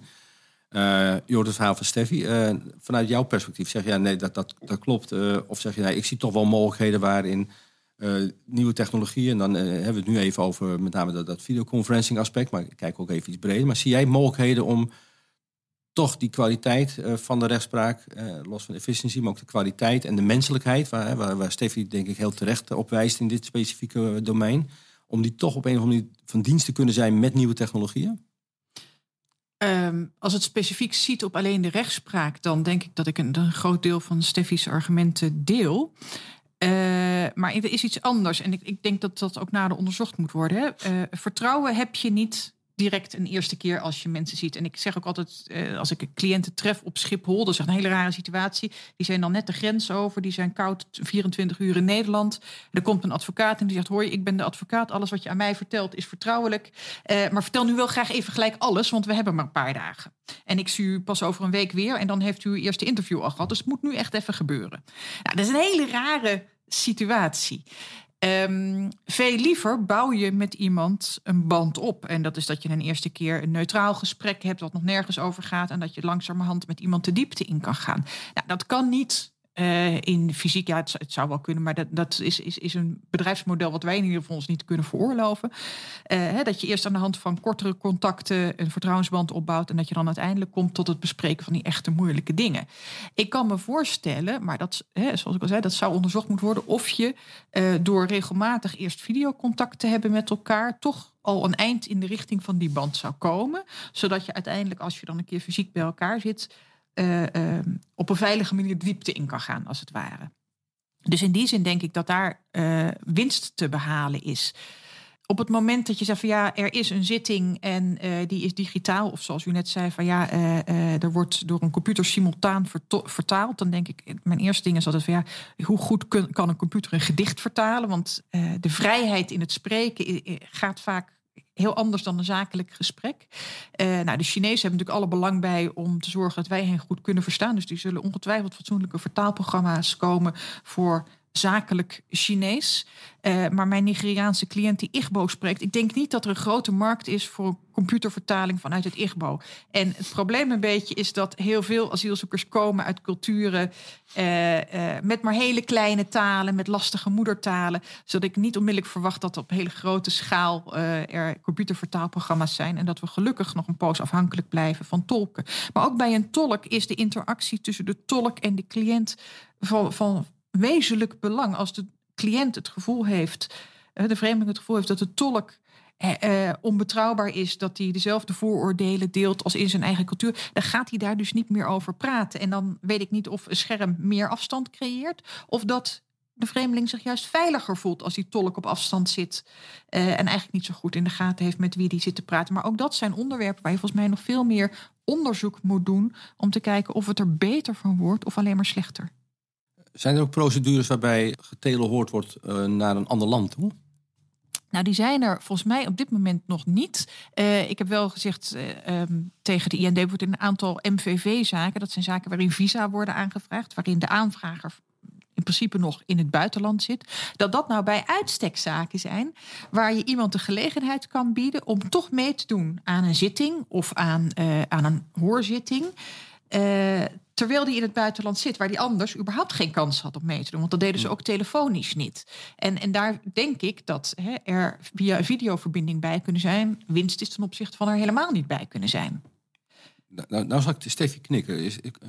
Je hoort het verhaal van Steffi. Vanuit jouw perspectief zeg je, nee, dat klopt. Of zeg je, nee, ik zie toch wel mogelijkheden waarin nieuwe technologieën, en dan hebben we het nu even over met name dat videoconferencing aspect, maar ik kijk ook even iets breder. Maar zie jij mogelijkheden om toch die kwaliteit van de rechtspraak, los van efficiëntie, maar ook de kwaliteit en de menselijkheid, waar Steffi denk ik heel terecht op wijst in dit specifieke domein, om die toch op een of andere manier van dienst te kunnen zijn met nieuwe technologieën? Als het specifiek ziet op alleen de rechtspraak, dan denk ik dat ik een groot deel van Steffi's argumenten deel. Maar er is iets anders en ik denk dat dat ook nader onderzocht moet worden. Vertrouwen heb je niet direct een eerste keer als je mensen ziet. En ik zeg ook altijd, als ik cliënten tref op Schiphol, dat is echt een hele rare situatie. Die zijn dan net de grens over, die zijn koud 24 uur in Nederland. Er komt een advocaat en die zegt, hoi, ik ben de advocaat. Alles wat je aan mij vertelt is vertrouwelijk. Maar vertel nu wel graag even gelijk alles, want we hebben maar een paar dagen. En ik zie u pas over een week weer en dan heeft u uw eerste interview al gehad. Dus het moet nu echt even gebeuren. Nou, dat is een hele rare situatie. Veel liever bouw je met iemand een band op. En dat is dat je een eerste keer een neutraal gesprek hebt wat nog nergens over gaat. En dat je langzamerhand met iemand de diepte in kan gaan. Nou, dat kan niet in fysiek. Ja, het zou wel kunnen, maar dat is een bedrijfsmodel wat wij in ieder geval ons niet kunnen veroorloven. Dat je eerst aan de hand van kortere contacten een vertrouwensband opbouwt. En dat je dan uiteindelijk komt tot het bespreken van die echte moeilijke dingen. Ik kan me voorstellen, maar dat, zoals ik al zei, dat zou onderzocht moeten worden of je door regelmatig eerst videocontact te hebben met elkaar toch al een eind in de richting van die band zou komen. Zodat je uiteindelijk, als je dan een keer fysiek bij elkaar zit, op een veilige manier de diepte in kan gaan, als het ware. Dus in die zin denk ik dat daar winst te behalen is. Op het moment dat je zegt van ja, er is een zitting en die is digitaal, of zoals u net zei van ja, er wordt door een computer simultaan vertaald, dan denk ik, mijn eerste ding is altijd van ja, hoe goed kan een computer een gedicht vertalen? Want de vrijheid in het spreken gaat vaak heel anders dan een zakelijk gesprek. De Chinezen hebben natuurlijk alle belang bij om te zorgen dat wij hen goed kunnen verstaan. Dus die zullen ongetwijfeld fatsoenlijke vertaalprogramma's komen voor zakelijk Chinees. Maar mijn Nigeriaanse cliënt die Igbo spreekt, ik denk niet dat er een grote markt is voor computervertaling vanuit het Igbo. En het probleem een beetje is dat heel veel asielzoekers komen uit culturen met maar hele kleine talen, met lastige moedertalen, zodat ik niet onmiddellijk verwacht dat op hele grote schaal er computervertaalprogramma's zijn en dat we gelukkig nog een poos afhankelijk blijven van tolken. Maar ook bij een tolk is de interactie tussen de tolk en de cliënt van wezenlijk belang. Als de cliënt het gevoel heeft, de vreemdeling het gevoel heeft dat de tolk onbetrouwbaar is, dat hij dezelfde vooroordelen deelt als in zijn eigen cultuur, dan gaat hij daar dus niet meer over praten. En dan weet ik niet of een scherm meer afstand creëert, of dat de vreemdeling zich juist veiliger voelt als die tolk op afstand zit en eigenlijk niet zo goed in de gaten heeft met wie die zit te praten. Maar ook dat zijn onderwerpen waar je volgens mij nog veel meer onderzoek moet doen om te kijken of het er beter van wordt of alleen maar slechter. Zijn er ook procedures waarbij getelehoord wordt naar een ander land toe? Nou, die zijn er volgens mij op dit moment nog niet. Ik heb wel gezegd tegen de IND wordt in een aantal MVV-zaken, dat zijn zaken waarin visa worden aangevraagd, waarin de aanvrager in principe nog in het buitenland zit, dat nou bij uitstek zaken zijn waar je iemand de gelegenheid kan bieden om toch mee te doen aan een zitting of aan een hoorzitting, terwijl die in het buitenland zit, waar die anders überhaupt geen kans had om mee te doen. Want dat deden ze ook telefonisch niet. En daar denk ik dat er via een videoverbinding bij kunnen zijn. Winst is ten opzichte van er helemaal niet bij kunnen zijn. Nou zal ik Steffi knikken.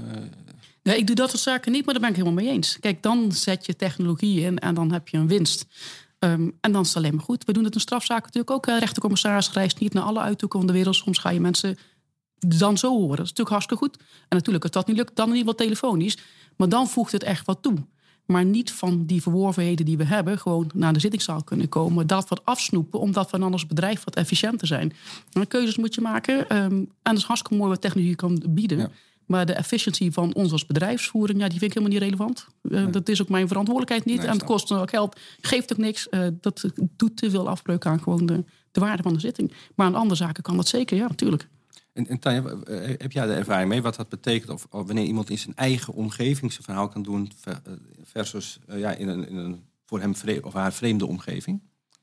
Nee, ik doe dat soort zaken niet, maar daar ben ik helemaal mee eens. Kijk, dan zet je technologie in en dan heb je een winst. En dan is het alleen maar goed. We doen het in strafzaken natuurlijk ook. Rechtercommissaris reist niet naar alle uithoeken van de wereld. Soms ga je mensen dan zo horen. Dat is natuurlijk hartstikke goed. En natuurlijk, als dat niet lukt, dan in ieder geval telefonisch. Maar dan voegt het echt wat toe. Maar niet van die verworvenheden die we hebben, gewoon naar de zittingszaal kunnen komen. Dat wat afsnoepen, omdat we dan als bedrijf wat efficiënter zijn. En keuzes moet je maken. En dat is hartstikke mooi wat technologie kan bieden. Ja. Maar de efficiëntie van ons als bedrijfsvoering, die vind ik helemaal niet relevant. Dat is ook mijn verantwoordelijkheid niet. Nee, en het kost ook geld, geeft ook niks. Dat doet te veel afbreuk aan gewoon de waarde van de zitting. Maar aan andere zaken kan dat zeker, ja, natuurlijk. En Tanja, heb jij de ervaring mee wat dat betekent of wanneer iemand in zijn eigen omgeving zijn verhaal kan doen versus in een voor hem of haar vreemde omgeving?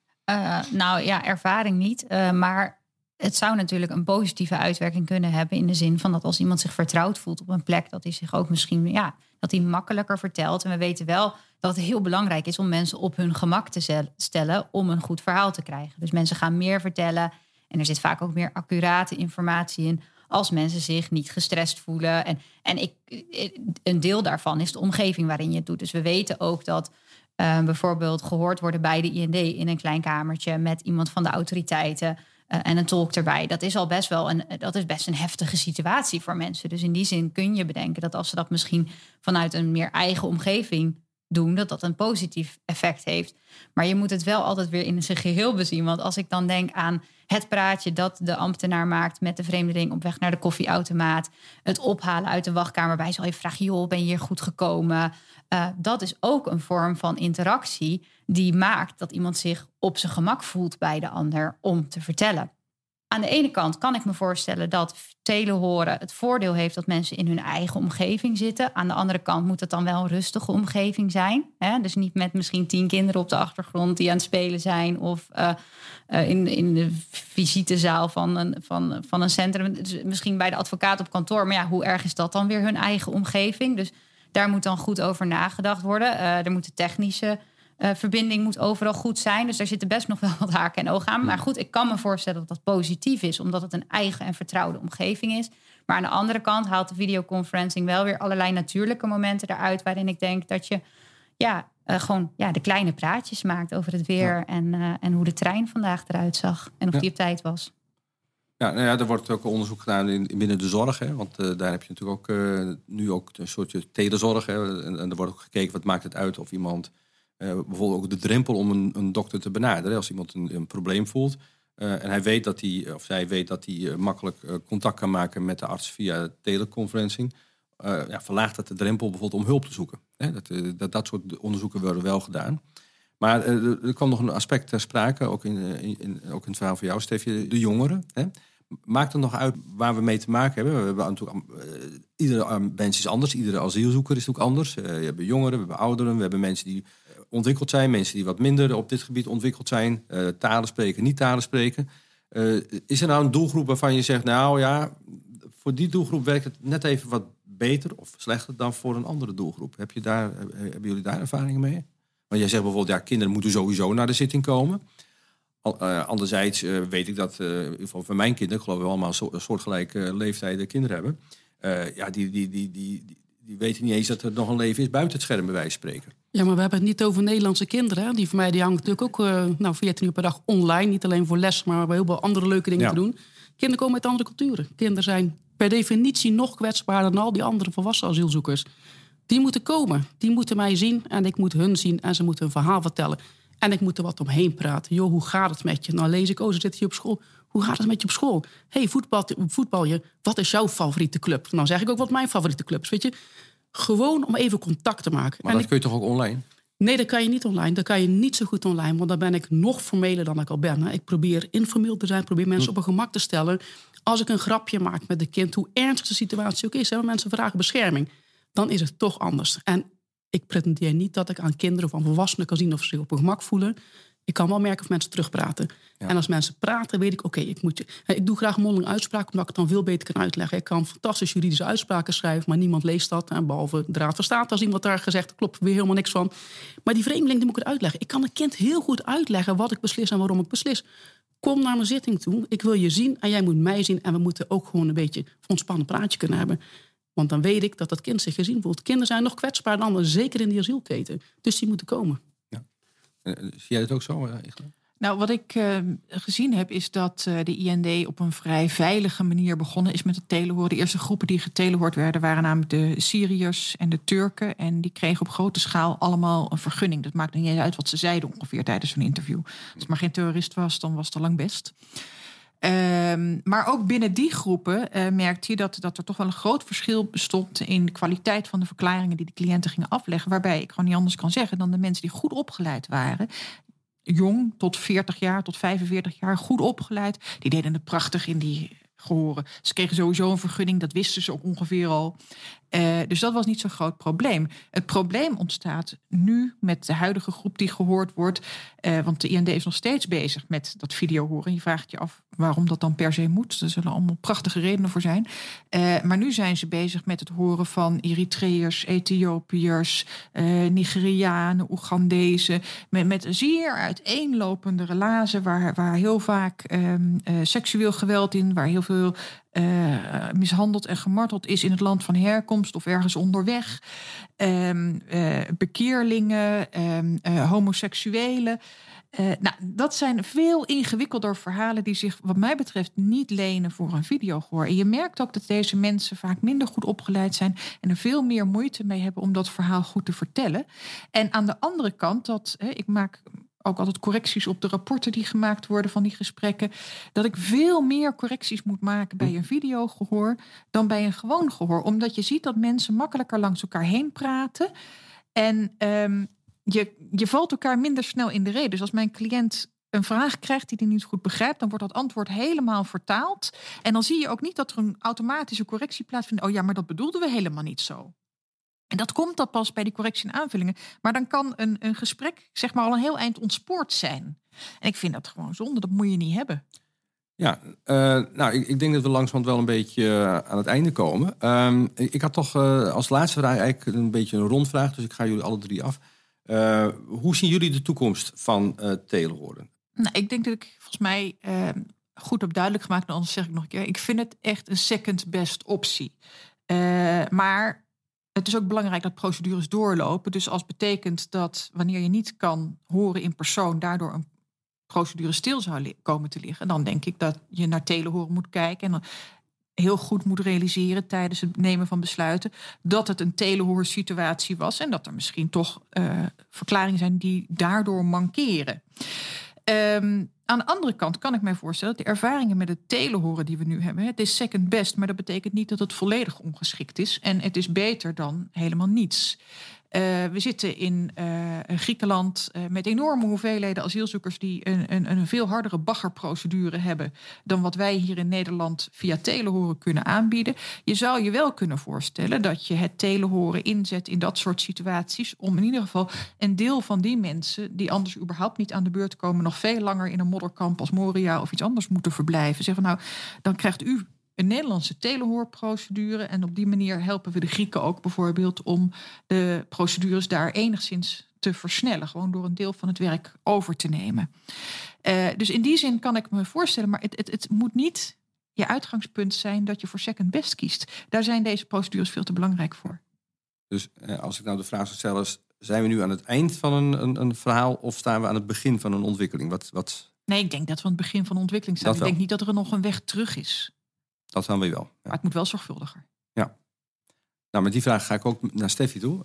Ervaring niet. Maar het zou natuurlijk een positieve uitwerking kunnen hebben in de zin van dat als iemand zich vertrouwd voelt op een plek, dat hij zich ook misschien dat hij makkelijker vertelt. En we weten wel dat het heel belangrijk is om mensen op hun gemak te stellen om een goed verhaal te krijgen. Dus mensen gaan meer vertellen. En er zit vaak ook meer accurate informatie in als mensen zich niet gestrest voelen. Een deel daarvan is de omgeving waarin je het doet. Dus we weten ook dat bijvoorbeeld gehoord worden bij de IND in een klein kamertje met iemand van de autoriteiten en een tolk erbij. Dat is al best een heftige situatie voor mensen. Dus in die zin kun je bedenken dat als ze dat misschien vanuit een meer eigen omgeving doen, dat een positief effect heeft. Maar je moet het wel altijd weer in zijn geheel bezien. Want als ik dan denk aan het praatje dat de ambtenaar maakt met de vreemdeling op weg naar de koffieautomaat, het ophalen uit de wachtkamer, waarbij ze al even vragen, joh, ben je hier goed gekomen? Dat is ook een vorm van interactie die maakt dat iemand zich op zijn gemak voelt bij de ander om te vertellen. Aan de ene kant kan ik me voorstellen dat telehoren het voordeel heeft dat mensen in hun eigen omgeving zitten. Aan de andere kant moet het dan wel een rustige omgeving zijn. Hè? Dus niet met misschien 10 kinderen op de achtergrond die aan het spelen zijn, of in de visitezaal van een centrum. Dus misschien bij de advocaat op kantoor. Maar ja, hoe erg is dat dan weer hun eigen omgeving? Dus daar moet dan goed over nagedacht worden. Er moet de technische verbinding moet overal goed zijn. Dus daar zitten best nog wel wat haken en ogen aan. Maar goed, ik kan me voorstellen dat dat positief is, omdat het een eigen en vertrouwde omgeving is. Maar aan de andere kant haalt de videoconferencing wel weer allerlei natuurlijke momenten eruit, waarin ik denk dat je gewoon de kleine praatjes maakt over het weer en hoe de trein vandaag eruit zag en of die op tijd was. Ja, er wordt ook onderzoek gedaan binnen de zorg. Hè, want daar heb je natuurlijk ook nu ook een soortje telezorg. Hè, en er wordt ook gekeken wat maakt het uit of iemand bijvoorbeeld ook de drempel om een dokter te benaderen. Als iemand een probleem voelt en hij weet dat hij of zij weet dat hij makkelijk contact kan maken met de arts via teleconferencing, verlaagt dat de drempel bijvoorbeeld om hulp te zoeken. Hè, dat soort onderzoeken worden wel gedaan. Maar er kwam nog een aspect ter sprake, ook in het verhaal van jou, Stefje, de jongeren. Hè? Maakt het nog uit waar we mee te maken hebben? We hebben natuurlijk, iedere mens is anders, iedere asielzoeker is natuurlijk anders. We hebben jongeren, we hebben ouderen, we hebben mensen die ontwikkeld zijn, mensen die wat minder op dit gebied ontwikkeld zijn, talen spreken, niet talen spreken. Is er nou een doelgroep waarvan je zegt, nou ja, voor die doelgroep werkt het net even wat beter of slechter dan voor een andere doelgroep? Hebben jullie daar ervaringen mee? Want jij zegt bijvoorbeeld, ja, kinderen moeten sowieso naar de zitting komen. Anderzijds weet ik dat, in ieder geval van mijn kinderen, ik geloof we allemaal soortgelijke leeftijden kinderen hebben. Die weten niet eens dat er nog een leven is buiten het scherm, bij wijze van spreken. Ja, maar we hebben het niet over Nederlandse kinderen. Hè? Die van mij die hangen natuurlijk ook 14 uur per dag online. Niet alleen voor les, maar heel veel andere leuke dingen te doen. Kinderen komen uit andere culturen. Kinderen zijn per definitie nog kwetsbaarder dan al die andere volwassen asielzoekers. Die moeten komen. Die moeten mij zien en ik moet hun zien en ze moeten hun verhaal vertellen. En ik moet er wat omheen praten. Joh, hoe gaat het met je? Nou lees ik, ze zitten hier op school. Hoe gaat het met je op school? Hey, voetbalje, wat is jouw favoriete club? Nou zeg ik ook wat mijn favoriete club is, weet je. Gewoon om even contact te maken. Maar dat kun je toch ook online? Nee, dat kan je niet online. Dat kan je niet zo goed online. Want dan ben ik nog formeler dan ik al ben. Ik probeer informeel te zijn. Probeer mensen op een gemak te stellen. Als ik een grapje maak met een kind, hoe ernstig de situatie ook is. Hè, mensen vragen bescherming. Dan is het toch anders. En ik pretendeer niet dat ik aan kinderen of aan volwassenen kan zien of ze zich op hun gemak voelen. Ik kan wel merken of mensen terugpraten. Ja. En als mensen praten, weet ik, ik doe graag mondeling uitspraken, omdat ik het dan veel beter kan uitleggen. Ik kan fantastische juridische uitspraken schrijven, maar niemand leest dat. Behalve de Raad van State, als iemand daar gezegd, klopt weer helemaal niks van. Maar die vreemdeling, die moet ik het uitleggen. Ik kan een kind heel goed uitleggen wat ik beslis en waarom ik beslis. Kom naar mijn zitting toe, ik wil je zien en jij moet mij zien. En we moeten ook gewoon een beetje een ontspannen praatje kunnen hebben. Want dan weet ik dat dat kind zich gezien voelt. Kinderen zijn nog kwetsbaar dan anderen, zeker in die asielketen. Dus die moeten komen. Ja. Zie jij dat ook zo, Igla? Nou, wat ik gezien heb is dat de IND op een vrij veilige manier begonnen is met het telehoren. De eerste groepen die getelehoord werden waren namelijk de Syriërs en de Turken. En die kregen op grote schaal allemaal een vergunning. Dat maakt niet eens uit wat ze zeiden ongeveer tijdens hun interview. Als het maar geen terrorist was, dan was het al lang best. Maar ook binnen die groepen merkte je dat er toch wel een groot verschil bestond in de kwaliteit van de verklaringen die de cliënten gingen afleggen. Waarbij ik gewoon niet anders kan zeggen dan de mensen die goed opgeleid waren, jong tot 40 jaar, tot 45 jaar, goed opgeleid, die deden het prachtig in die gehoren. Ze kregen sowieso een vergunning, dat wisten ze ook ongeveer al. Dus dat was niet zo'n groot probleem. Het probleem ontstaat nu met de huidige groep die gehoord wordt. Want de IND is nog steeds bezig met dat video horen. Je vraagt je af waarom dat dan per se moet. Er zullen allemaal prachtige redenen voor zijn. Maar nu zijn ze bezig met het horen van Eritreërs, Ethiopiërs, Nigerianen, Oegandezen. Met zeer uiteenlopende relaties waar heel vaak seksueel geweld in, waar heel veel mishandeld en gemarteld is in het land van herkomst of ergens onderweg. Bekeerlingen, homoseksuelen. Dat zijn veel ingewikkelder verhalen die zich wat mij betreft niet lenen voor een videogehoor. En je merkt ook dat deze mensen vaak minder goed opgeleid zijn en er veel meer moeite mee hebben om dat verhaal goed te vertellen. En aan de andere kant, ik maak ook altijd correcties op de rapporten die gemaakt worden van die gesprekken, dat ik veel meer correcties moet maken bij een videogehoor dan bij een gewoon gehoor. Omdat je ziet dat mensen makkelijker langs elkaar heen praten en je valt elkaar minder snel in de reden. Dus als mijn cliënt een vraag krijgt die hij niet goed begrijpt, dan wordt dat antwoord helemaal vertaald. En dan zie je ook niet dat er een automatische correctie plaatsvindt. Oh ja, maar dat bedoelden we helemaal niet zo. En dat komt dan pas bij die correctie en aanvullingen. Maar dan kan een gesprek zeg maar al een heel eind ontspoord zijn. En ik vind dat gewoon zonde, dat moet je niet hebben. Ja, ik denk dat we langzamerhand wel een beetje aan het einde komen. Ik had toch als laatste vraag eigenlijk een beetje een rondvraag. Dus ik ga jullie alle 3 af. Hoe zien jullie de toekomst van telehoren? Nou, ik denk dat ik volgens mij goed heb duidelijk gemaakt. En anders zeg ik nog een keer. Ik vind het echt een second best optie. Maar het is ook belangrijk dat procedures doorlopen. Dus als betekent dat wanneer je niet kan horen in persoon, daardoor een procedure stil zou komen te liggen, dan denk ik dat je naar telehoren moet kijken en dan heel goed moet realiseren tijdens het nemen van besluiten dat het een telehoorsituatie was en dat er misschien toch verklaringen zijn die daardoor mankeren. Aan de andere kant kan ik mij voorstellen dat de ervaringen met het telehoren die we nu hebben, het is second best, maar dat betekent niet dat het volledig ongeschikt is. En het is beter dan helemaal niets. We zitten in Griekenland met enorme hoeveelheden asielzoekers die een veel hardere baggerprocedure hebben dan wat wij hier in Nederland via telehoren kunnen aanbieden. Je zou je wel kunnen voorstellen dat je het telehoren inzet in dat soort situaties om in ieder geval een deel van die mensen die anders überhaupt niet aan de beurt komen nog veel langer in een modderkamp als Moria of iets anders moeten verblijven. Zeggen nou, dan krijgt u een Nederlandse telehoorprocedure. En op die manier helpen we de Grieken ook bijvoorbeeld om de procedures daar enigszins te versnellen. Gewoon door een deel van het werk over te nemen. Dus in die zin kan ik me voorstellen, maar het moet niet je uitgangspunt zijn dat je voor second best kiest. Daar zijn deze procedures veel te belangrijk voor. Dus als ik nou de vraag zou stellen, zijn we nu aan het eind van een verhaal of staan we aan het begin van een ontwikkeling? Nee, ik denk dat we aan het begin van de ontwikkeling staan. Ik denk niet dat er nog een weg terug is. Dat gaan we wel. Ja. Maar het moet wel zorgvuldiger. Ja. Nou, met die vraag ga ik ook naar Steffi toe.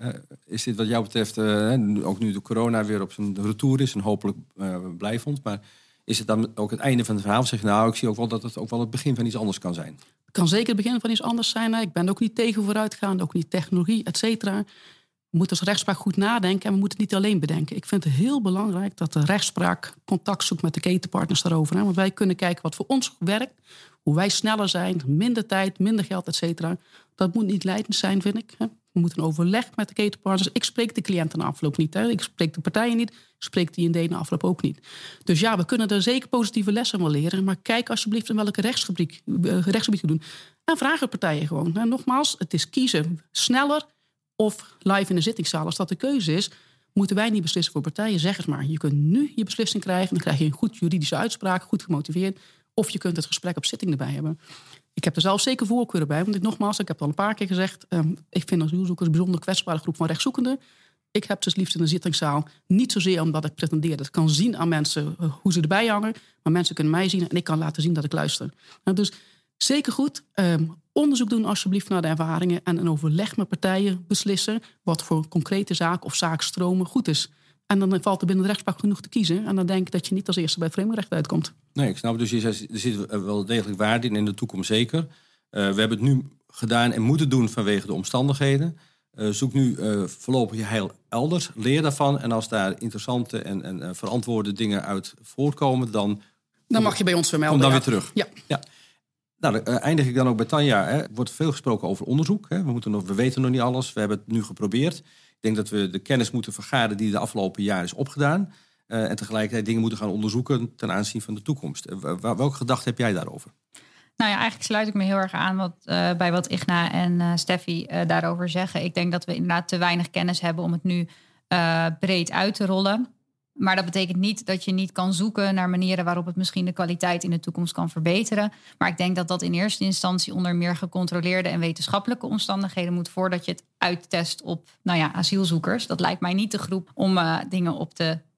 Is dit wat jou betreft, ook nu de corona weer op zijn retour is en hopelijk blijvend, maar is het dan ook het einde van het verhaal? Zeg je, nou, ik zie ook wel dat het ook wel het begin van iets anders kan zijn. Het kan zeker het begin van iets anders zijn. Ik ben ook niet tegen vooruitgaande, ook niet technologie, et cetera. We moeten als rechtspraak goed nadenken en we moeten het niet alleen bedenken. Ik vind het heel belangrijk dat de rechtspraak contact zoekt met de ketenpartners daarover. Want wij kunnen kijken wat voor ons werkt, hoe wij sneller zijn, minder tijd, minder geld, et cetera. Dat moet niet leidend zijn, vind ik. We moeten een overleg met de ketenpartners. Ik spreek de cliënten na afloop niet. Ik spreek de partijen niet. Ik spreek de IND na afloop ook niet. Dus ja, we kunnen er zeker positieve lessen van leren. Maar kijk alsjeblieft in welke rechtsgebied we doen. En vraag de partijen gewoon. En nogmaals, het is kiezen sneller of live in de zittingszaal. Als dat de keuze is, moeten wij niet beslissen voor partijen. Zeg het maar. Je kunt nu je beslissing krijgen. Dan krijg je een goed juridische uitspraak, goed gemotiveerd. Of je kunt het gesprek op zitting erbij hebben. Ik heb er zelf zeker voorkeuren bij. Want ik heb het al een paar keer gezegd, ik vind asielzoekers een bijzonder kwetsbare groep van rechtszoekenden. Ik heb ze liefst in de zittingszaal. Niet zozeer omdat ik pretendeer dat ik kan zien aan mensen hoe ze erbij hangen. Maar mensen kunnen mij zien en ik kan laten zien dat ik luister. Dus zeker goed. Onderzoek doen alsjeblieft naar de ervaringen. En een overleg met partijen beslissen wat voor concrete zaak of zaakstromen goed is. En dan valt er binnen de rechtspraak genoeg te kiezen. En dan denk ik dat je niet als eerste bij vreemdenrecht uitkomt. Nee, ik snap. Dus er zit wel degelijk waarde in de toekomst zeker. We hebben het nu gedaan en moeten doen vanwege de omstandigheden. Zoek nu voorlopig je heil elders. Leer daarvan. En als daar interessante en verantwoorde dingen uit voortkomen, dan mag je bij ons vermelden. Kom dan weer terug. Ja. Nou, eindig ik dan ook bij Tanja. Er wordt veel gesproken over onderzoek. Hè. We weten nog niet alles. We hebben het nu geprobeerd. Ik denk dat we de kennis moeten vergaren die de afgelopen jaren is opgedaan. En tegelijkertijd dingen moeten gaan onderzoeken ten aanzien van de toekomst. Welke gedachte heb jij daarover? Nou ja, eigenlijk sluit ik me heel erg aan bij wat Igna en Steffi daarover zeggen. Ik denk dat we inderdaad te weinig kennis hebben om het nu breed uit te rollen. Maar dat betekent niet dat je niet kan zoeken naar manieren waarop het misschien de kwaliteit in de toekomst kan verbeteren. Maar ik denk dat dat in eerste instantie onder meer gecontroleerde en wetenschappelijke omstandigheden moet voordat je het uittest op asielzoekers. Dat lijkt mij niet de groep om dingen op te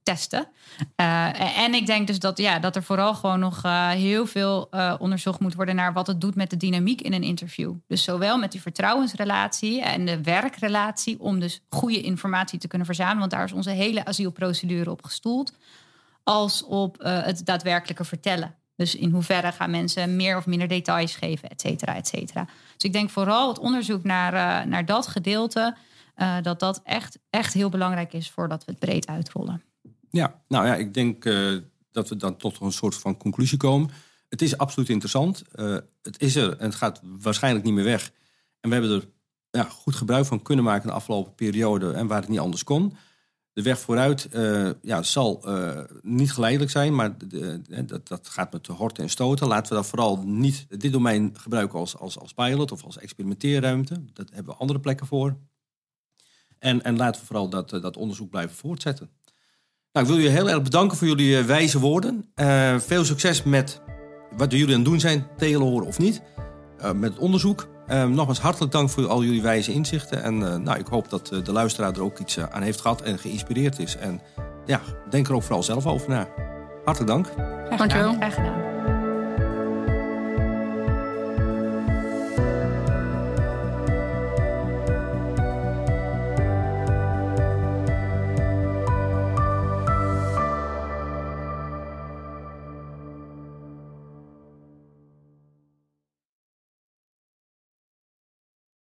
testen. En ik denk dus dat er vooral gewoon nog heel veel onderzocht moet worden naar wat het doet met de dynamiek in een interview. Dus zowel met die vertrouwensrelatie en de werkrelatie om dus goede informatie te kunnen verzamelen, want daar is onze hele asielprocedure op gestoeld, als op het daadwerkelijke vertellen. Dus in hoeverre gaan mensen meer of minder details geven, et cetera, et cetera. Dus ik denk vooral het onderzoek naar dat gedeelte, dat echt heel belangrijk is voordat we het breed uitrollen. Ja, nou ja, ik denk dat we dan tot een soort van conclusie komen. Het is absoluut interessant. Het is er en het gaat waarschijnlijk niet meer weg. En we hebben er goed gebruik van kunnen maken in de afgelopen periode en waar het niet anders kon. De weg vooruit zal niet geleidelijk zijn, maar dat gaat met horten en stoten. Laten we dan vooral niet dit domein gebruiken als pilot of als experimenteerruimte. Daar hebben we andere plekken voor. En laten we vooral dat onderzoek blijven voortzetten. Nou, ik wil jullie heel erg bedanken voor jullie wijze woorden. Veel succes met wat jullie aan het doen zijn, telehoren of niet, met het onderzoek. Nogmaals hartelijk dank voor al jullie wijze inzichten. En ik hoop dat de luisteraar er ook iets aan heeft gehad en geïnspireerd is. En denk er ook vooral zelf over na. Hartelijk dank. Graag gedaan.